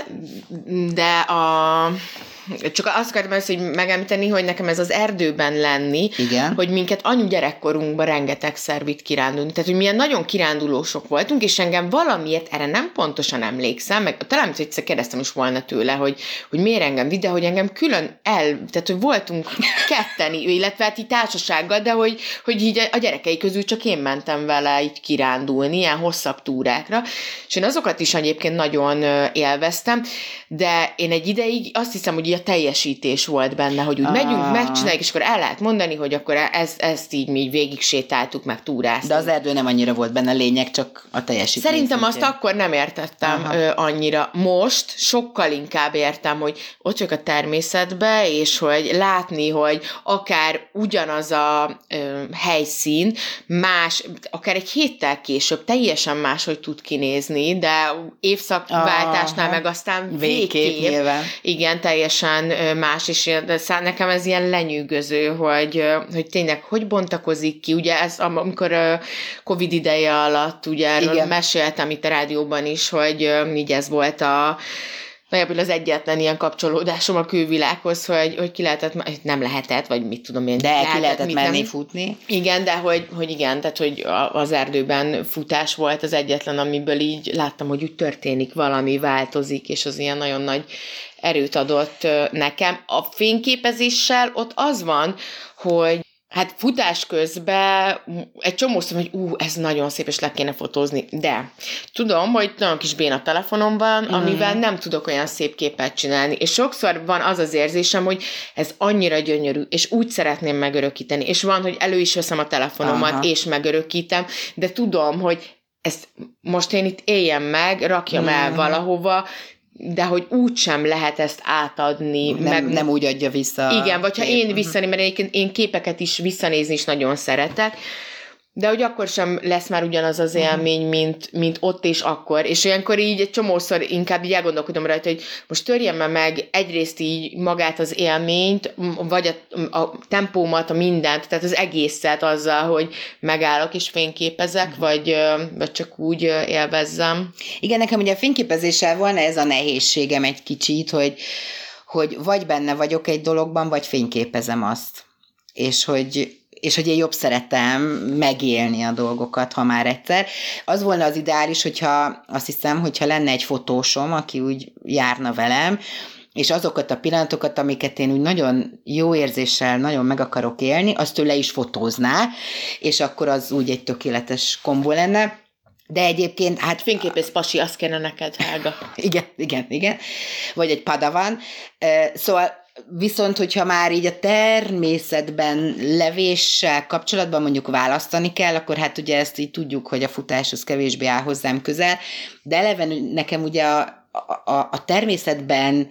Speaker 1: de a... Csak azt akartam ezt, hogy megemlíteni, hogy nekem ez az erdőben lenni,
Speaker 2: igen,
Speaker 1: hogy minket anyu gyerekkorunkban rengetegszer vitt kirándulni. Tehát, hogy milyen nagyon kirándulósok voltunk, és engem valamiért erre nem pontosan emlékszem, meg talán hogy egyszer kérdeztem is volna tőle, hogy, hogy miért engem vitt, de hogy engem külön el, tehát, hogy voltunk ketten, illetve hát így társasággal, de hogy, hogy így a gyerekei közül csak én mentem vele így kirándulni, ilyen hosszabb túrákra, és én azokat is egyébként nagyon élveztem, de én egy ideig azt hiszem, hogy a teljesítés volt benne, hogy úgy ah. megyünk, megcsináljuk, és akkor el lehet mondani, hogy akkor ezt, ezt így mi végig sétáltuk, meg túráztunk.
Speaker 2: De az erdő nem annyira volt benne lényeg, csak a teljesítés.
Speaker 1: Szerintem szintén. Azt akkor nem értettem Aha. annyira. Most sokkal inkább értem, hogy ott vagyok a természetbe, és hogy látni, hogy akár ugyanaz a ö, helyszín, más, akár egy héttel később teljesen máshogy tud kinézni, de évszakváltásnál meg aztán végképp. Igen, teljesen más, és nekem ez ilyen lenyűgöző, hogy, hogy tényleg hogy bontakozik ki, ugye ez amikor Covid ideje alatt, ugye erről Igen. meséltem itt a rádióban is, hogy így ez volt a nagyjából az egyetlen ilyen kapcsolódásom a külvilághoz, hogy, hogy ki lehetett, nem lehetett, vagy mit tudom én.
Speaker 2: De
Speaker 1: lehetett,
Speaker 2: ki lehetett menni,
Speaker 1: nem.
Speaker 2: futni.
Speaker 1: Igen, de hogy, hogy igen, tehát hogy az erdőben futás volt az egyetlen, amiből így láttam, hogy úgy történik valami, változik, és az ilyen nagyon nagy erőt adott nekem. A fényképezéssel ott az van, hogy hát futás közben egy csomószor, hogy ú, ez nagyon szép, és le kéne fotózni, de tudom, hogy nagyon kis béna telefonom van, mm. amivel nem tudok olyan szép képet csinálni, és sokszor van az az érzésem, hogy ez annyira gyönyörű, és úgy szeretném megörökíteni, és van, hogy elő is veszem a telefonomat, Aha. és megörökítem, de tudom, hogy ezt most én itt éljem meg, rakjam mm. el valahova, de hogy úgy sem lehet ezt átadni.
Speaker 2: Nem,
Speaker 1: meg,
Speaker 2: nem úgy adja vissza.
Speaker 1: Igen, vagy ha én visszanézem, mert én, én képeket is visszanézni is nagyon szeretek, de hogy akkor sem lesz már ugyanaz az élmény, mint, mint ott és akkor. És olyankor így egy csomószor inkább így elgondolkodom rajta, hogy most törjem meg egyrészt így magát az élményt, vagy a, a tempómat, a mindent, tehát az egészet azzal, hogy megállok és fényképezek, uh-huh. vagy, vagy csak úgy élvezzem.
Speaker 2: Igen, nekem ugye a fényképezéssel van ez a nehézségem egy kicsit, hogy, hogy vagy benne vagyok egy dologban, vagy fényképezem azt. És hogy és hogy én jobb szeretem megélni a dolgokat, ha már egyszer. Az volna az ideális, hogyha azt hiszem, hogyha lenne egy fotósom, aki úgy járna velem, és azokat a pillanatokat, amiket én úgy nagyon jó érzéssel nagyon meg akarok élni, azt ő le is fotózná, és akkor az úgy egy tökéletes kombó lenne. De egyébként, hát...
Speaker 1: Fényképész pasi, azt kéne neked, Helga.
Speaker 2: igen, igen, igen. Vagy egy padawan. Szóval viszont, hogyha már így a természetben levéssel kapcsolatban mondjuk választani kell, akkor hát ugye ezt így tudjuk, hogy a futás az kevésbé áll hozzám közel, de eleve nekem ugye a, a, a természetben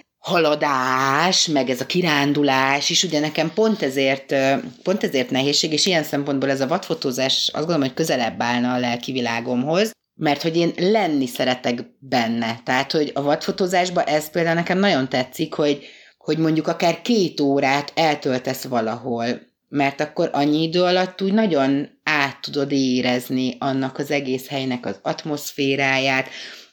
Speaker 2: haladás, meg ez a kirándulás is, ugye nekem pont ezért, pont ezért nehézség, és ilyen szempontból ez a vadfotózás azt gondolom, hogy közelebb állna a lelki világomhoz, mert hogy én lenni szeretek benne. Tehát, hogy a vadfotózásban ez például nekem nagyon tetszik, hogy hogy mondjuk akár két órát eltöltesz valahol, mert akkor annyi idő alatt úgy nagyon át tudod érezni annak az egész helynek az atmoszféráját,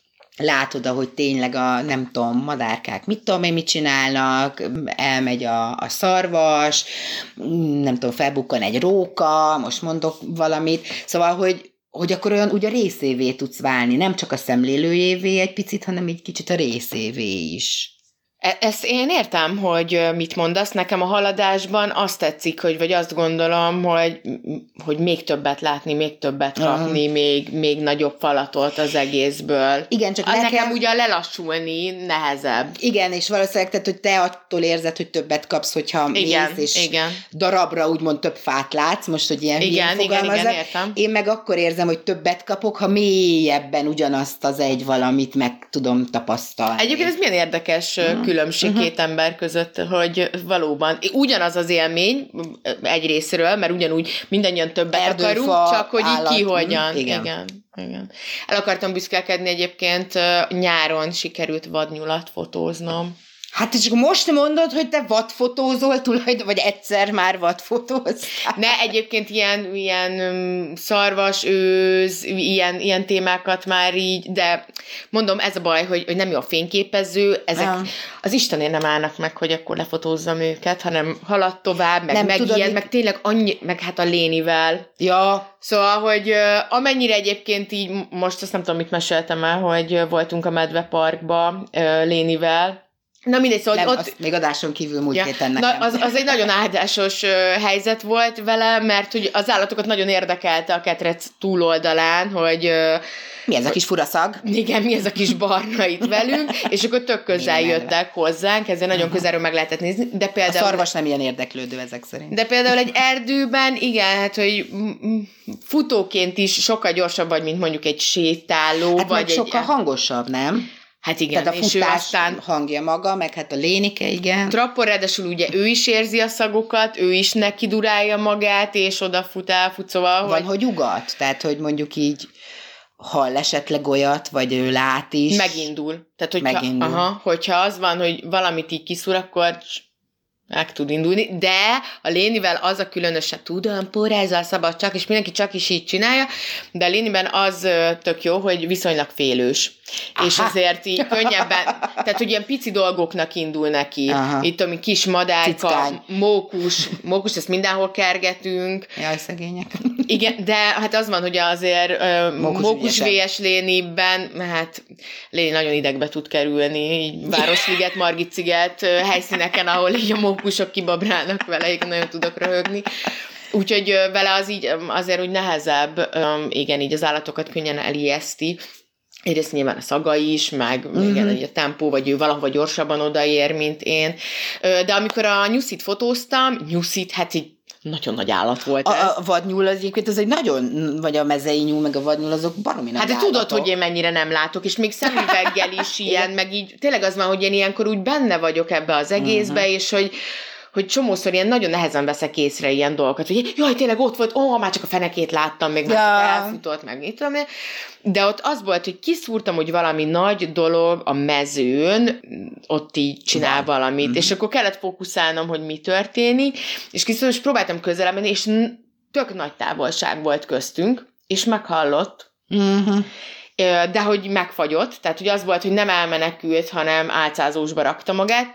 Speaker 2: látod, ahogy tényleg a, nem tudom, madárkák mit tudom én mit csinálnak, elmegy a, a szarvas, nem tudom, felbukkan egy róka, most mondok valamit, szóval, hogy hogy akkor olyan úgy a részévé tudsz válni, nem csak a szemlélőjévé egy picit, hanem egy kicsit a részévé is.
Speaker 1: Ezt én értem, hogy mit mondasz. Nekem a haladásban azt tetszik, hogy vagy azt gondolom, hogy, hogy még többet látni, még többet kapni, uh-huh. még, még nagyobb falatot az egészből.
Speaker 2: Igen, csak
Speaker 1: az nekem...
Speaker 2: nekem
Speaker 1: ugye lelassulni nehezebb.
Speaker 2: Igen, és valószínűleg, tehát, hogy te attól érzed, hogy többet kapsz, hogyha
Speaker 1: igen,
Speaker 2: mész, és
Speaker 1: igen.
Speaker 2: darabra úgymond több fát látsz, most, hogy ilyen
Speaker 1: igen, igen, igen, értem.
Speaker 2: Én meg akkor érzem, hogy többet kapok, ha mélyebben ugyanazt az egy valamit meg tudom tapasztalni.
Speaker 1: Egyébként ez milyen érdekes uh-huh. különbség uh-huh. két ember között, hogy valóban ugyanaz az élmény egy részről, mert ugyanúgy mindannyian többet
Speaker 2: Erdőfa,
Speaker 1: akarunk, csak hogy
Speaker 2: állat,
Speaker 1: így ki hogyan.
Speaker 2: Igen.
Speaker 1: igen. Igen. El akartam büszkélkedni egyébként, nyáron sikerült vadnyulat fotóznom.
Speaker 2: Hát csak most mondod, hogy te vadfotózol tulajdonképpen, vagy egyszer már vadfotóztál?
Speaker 1: Ne, egyébként ilyen, ilyen um, szarvas, őz, ilyen, ilyen témákat már így, de mondom, ez a baj, hogy, hogy nem jó a fényképező, ezek ja. az Istenért nem állnak meg, hogy akkor lefotózzam őket, hanem halad tovább, meg megijed, meg tényleg annyi, meg hát a Lénivel.
Speaker 2: Ja.
Speaker 1: Szóval, hogy uh, amennyire egyébként így, most azt nem tudom, mit meséltem el, hogy voltunk a Medveparkba uh, Lénivel. Na mindegy, szóval
Speaker 2: nem,
Speaker 1: ott...
Speaker 2: azt még adáson kívül múlt
Speaker 1: ja,
Speaker 2: héten nekem.
Speaker 1: Na, az, az egy nagyon áldásos uh, helyzet volt vele, mert hogy az állatokat nagyon érdekelte a ketrec túloldalán, hogy... Uh,
Speaker 2: mi ez a kis furaszag?
Speaker 1: Igen, mi ez a kis barna itt velünk, és akkor tök közel jöttek hozzánk, ezért nagyon közelről meg lehetett nézni. De például,
Speaker 2: a szarvas nem ilyen érdeklődő ezek szerint.
Speaker 1: De például egy erdőben, igen, hát, hogy futóként is sokkal gyorsabb vagy, mint mondjuk egy sétáló.
Speaker 2: Hát
Speaker 1: vagy
Speaker 2: meg sokkal
Speaker 1: egy...
Speaker 2: hangosabb, nem?
Speaker 1: Hát igen,
Speaker 2: tehát a
Speaker 1: és ő
Speaker 2: futás
Speaker 1: aztán
Speaker 2: hangja maga, meg hát a lénike, igen.
Speaker 1: Trappor, ráadásul ugye ő is érzi a szagokat, ő is neki durálja magát, és odafut, elfut, szóval...
Speaker 2: Van, hogy, hogy ugat? Tehát, hogy mondjuk így hall esetleg olyat, vagy ő lát is.
Speaker 1: Megindul. Tehát, hogyha,
Speaker 2: Megindul.
Speaker 1: Aha, hogyha az van, hogy valamit így kiszúr, akkor meg tud indulni, de a Lénivel az a különösen, tudom, pórázzal szabad csak, és mindenki csak is így csinálja, de a Léniben az tök jó, hogy viszonylag félős. Aha. És azért így könnyebben, tehát hogy ilyen pici dolgoknak indul neki. Aha. Itt ami kis madárka, Cickány. mókus, mókus, ezt mindenhol kergetünk.
Speaker 2: Jaj, szegények.
Speaker 1: Igen, de hát az van, hogy azért mókus, mókus vé es Léniben, hát Léni nagyon idegbe tud kerülni, így Városliget, Margit-sziget helyszíneken, ahol így a mókusok kibabrálnak vele, így nagyon tudok röhögni. Úgyhogy vele az így azért úgy nehezebb, igen, így az állatokat könnyen elijeszti. Egyrészt nyilván a szaga is, meg mm-hmm. igen, a tempó, vagy ő valahova gyorsabban odaér, mint én. De amikor a nyuszit fotóztam, nyuszit, hát így nagyon nagy állat volt ez.
Speaker 2: A, a vadnyúl az egyébként, az egy nagyon, vagy a mezei nyúl, meg a vadnyúl, azok baromi nagy
Speaker 1: Hát de
Speaker 2: állatok.
Speaker 1: tudod, hogy én mennyire nem látok, és még szemüveggel is ilyen, meg így tényleg az van, hogy én ilyenkor úgy benne vagyok ebbe az egészbe, uh-huh. és hogy hogy csomószor ilyen nagyon nehezen veszek észre ilyen dolgokat, hogy jaj, tényleg ott volt, ó, már csak a fenekét láttam, még már ja. csak elfutott, meg mit tudom én. De ott az volt, hogy kiszúrtam, hogy valami nagy dolog a mezőn, ott így csinál ja. valamit, mm-hmm. és akkor kellett fókuszálnom, hogy mi történik, és kiszúrtam, és próbáltam közelebb menni, és tök nagy távolság volt köztünk, és meghallott, mm-hmm. de hogy megfagyott, tehát hogy az volt, hogy nem elmenekült, hanem álcázósba rakta magát,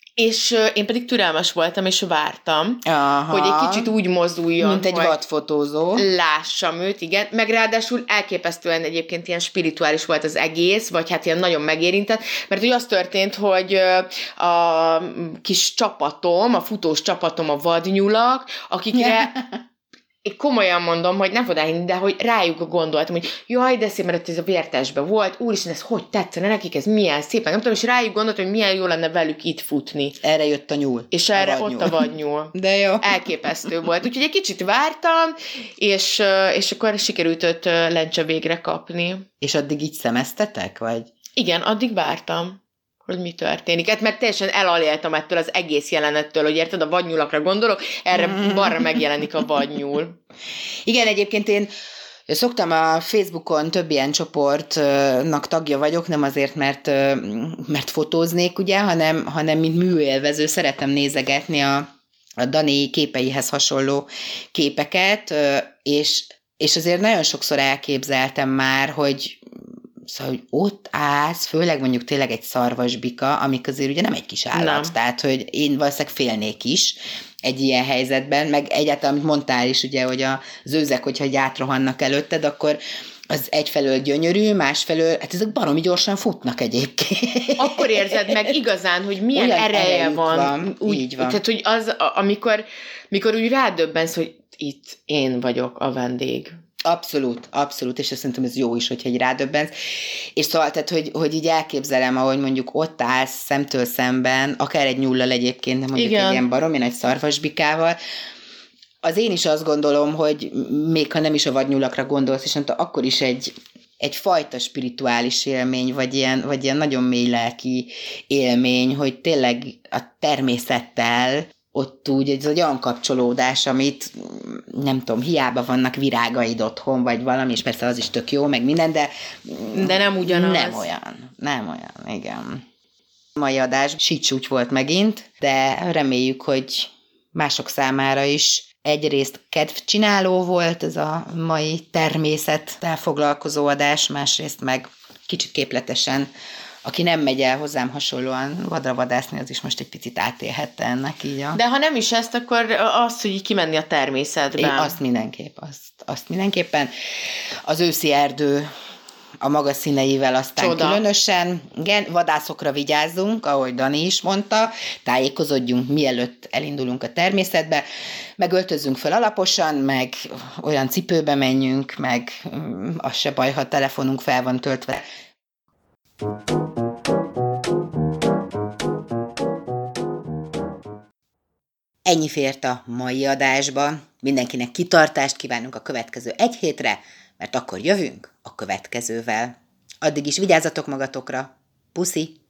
Speaker 1: és én pedig türelmes voltam, és vártam, aha. hogy egy kicsit úgy mozduljon,
Speaker 2: mint egy vadfotózó.
Speaker 1: Lássam őt, igen. Meg ráadásul elképesztően egyébként ilyen spirituális volt az egész, vagy hát ilyen nagyon megérintett, mert ugye az történt, hogy a kis csapatom, a futós csapatom, a vadnyulak, akikre... Én komolyan mondom, hogy nem fogod elhinni, de hogy rájuk gondoltam, hogy jaj, de szép, mert ez a vértesben volt, úristen, ez hogy tetszene nekik, ez milyen szép, nem tudom, és rájuk gondoltam, hogy milyen jó lenne velük itt futni.
Speaker 2: Erre jött a nyúl.
Speaker 1: És erre a ott a vadnyúl.
Speaker 2: De jó.
Speaker 1: Elképesztő volt. Úgyhogy egy kicsit vártam, és, és akkor sikerült őt lencse végre kapni.
Speaker 2: És addig így szemeztetek, vagy?
Speaker 1: Igen, addig vártam, hogy mi történik. Hát meg teljesen elaléltam ettől az egész jelenettől, hogy érted, a vadnyulakra gondolok, erre mm. balra megjelenik a vadnyúl.
Speaker 2: Igen, egyébként én szoktam a Facebookon több ilyen csoportnak tagja vagyok, nem azért, mert, mert fotóznék, ugye, hanem, hanem mint műélvező szeretem nézegetni a, a Dani képeihez hasonló képeket, és, és azért nagyon sokszor elképzeltem már, hogy szóval, hogy ott állsz, főleg mondjuk tényleg egy szarvasbika, amik azért ugye nem egy kis állat, nem. Tehát, hogy én valószínűleg félnék is, egy ilyen helyzetben, meg egyáltalán, amit mondtál is, ugye, hogy az őzek, hogyha átrohannak előtted, akkor az egyfelől gyönyörű, másfelől, hát ezek baromi gyorsan futnak egyébként.
Speaker 1: Akkor érzed meg igazán, hogy milyen
Speaker 2: Olyan
Speaker 1: ereje van.
Speaker 2: van.
Speaker 1: Úgy,
Speaker 2: így van.
Speaker 1: Tehát, hogy az, amikor, amikor úgy rádöbbensz, hogy itt én vagyok a vendég.
Speaker 2: Abszolút, abszolút, és azt szerintem ez jó is, hogyha egy rádöbbensz. És szóval, tehát, hogy, hogy így elképzelem, ahogy mondjuk ott állsz szemtől szemben, akár egy nyullal egyébként, de mondjuk Igen. egy ilyen baromi nagy szarvasbikával, az én is azt gondolom, hogy még ha nem is a vadnyulakra gondolsz, és akkor is egy, egy fajta spirituális élmény, vagy ilyen, vagy ilyen nagyon mély lelki élmény, hogy tényleg a természettel ott úgy ez egy olyan kapcsolódás, amit nem tudom, hiába vannak virágaid otthon, vagy valami, és persze az is tök jó, meg minden, de
Speaker 1: de nem ugyanaz.
Speaker 2: Nem olyan, nem olyan, igen. A mai adás sítsúgy volt megint, de reméljük, hogy mások számára is egyrészt kedvcsináló volt ez a mai természettel foglalkozó adás, másrészt meg kicsit képletesen, aki nem megy el hozzám hasonlóan vadra vadászni, az is most egy picit átélhette ennek így a...
Speaker 1: De ha nem is ezt, akkor azt, hogy kimenni a természetbe.
Speaker 2: Én azt mindenképp, azt, azt mindenképpen. Az őszi erdő a maga színeivel aztán Csoda. Különösen. Igen, vadászokra vigyázzunk, ahogy Dani is mondta, tájékozódjunk, mielőtt elindulunk a természetbe, meg öltözzünk fel alaposan, meg olyan cipőbe menjünk, meg az se baj, ha a telefonunk fel van töltve. Ennyi fért a mai adásba. Mindenkinek kitartást kívánunk a következő egy hétre, mert akkor jövünk a következővel. Addig is vigyázzatok magatokra. Puszi!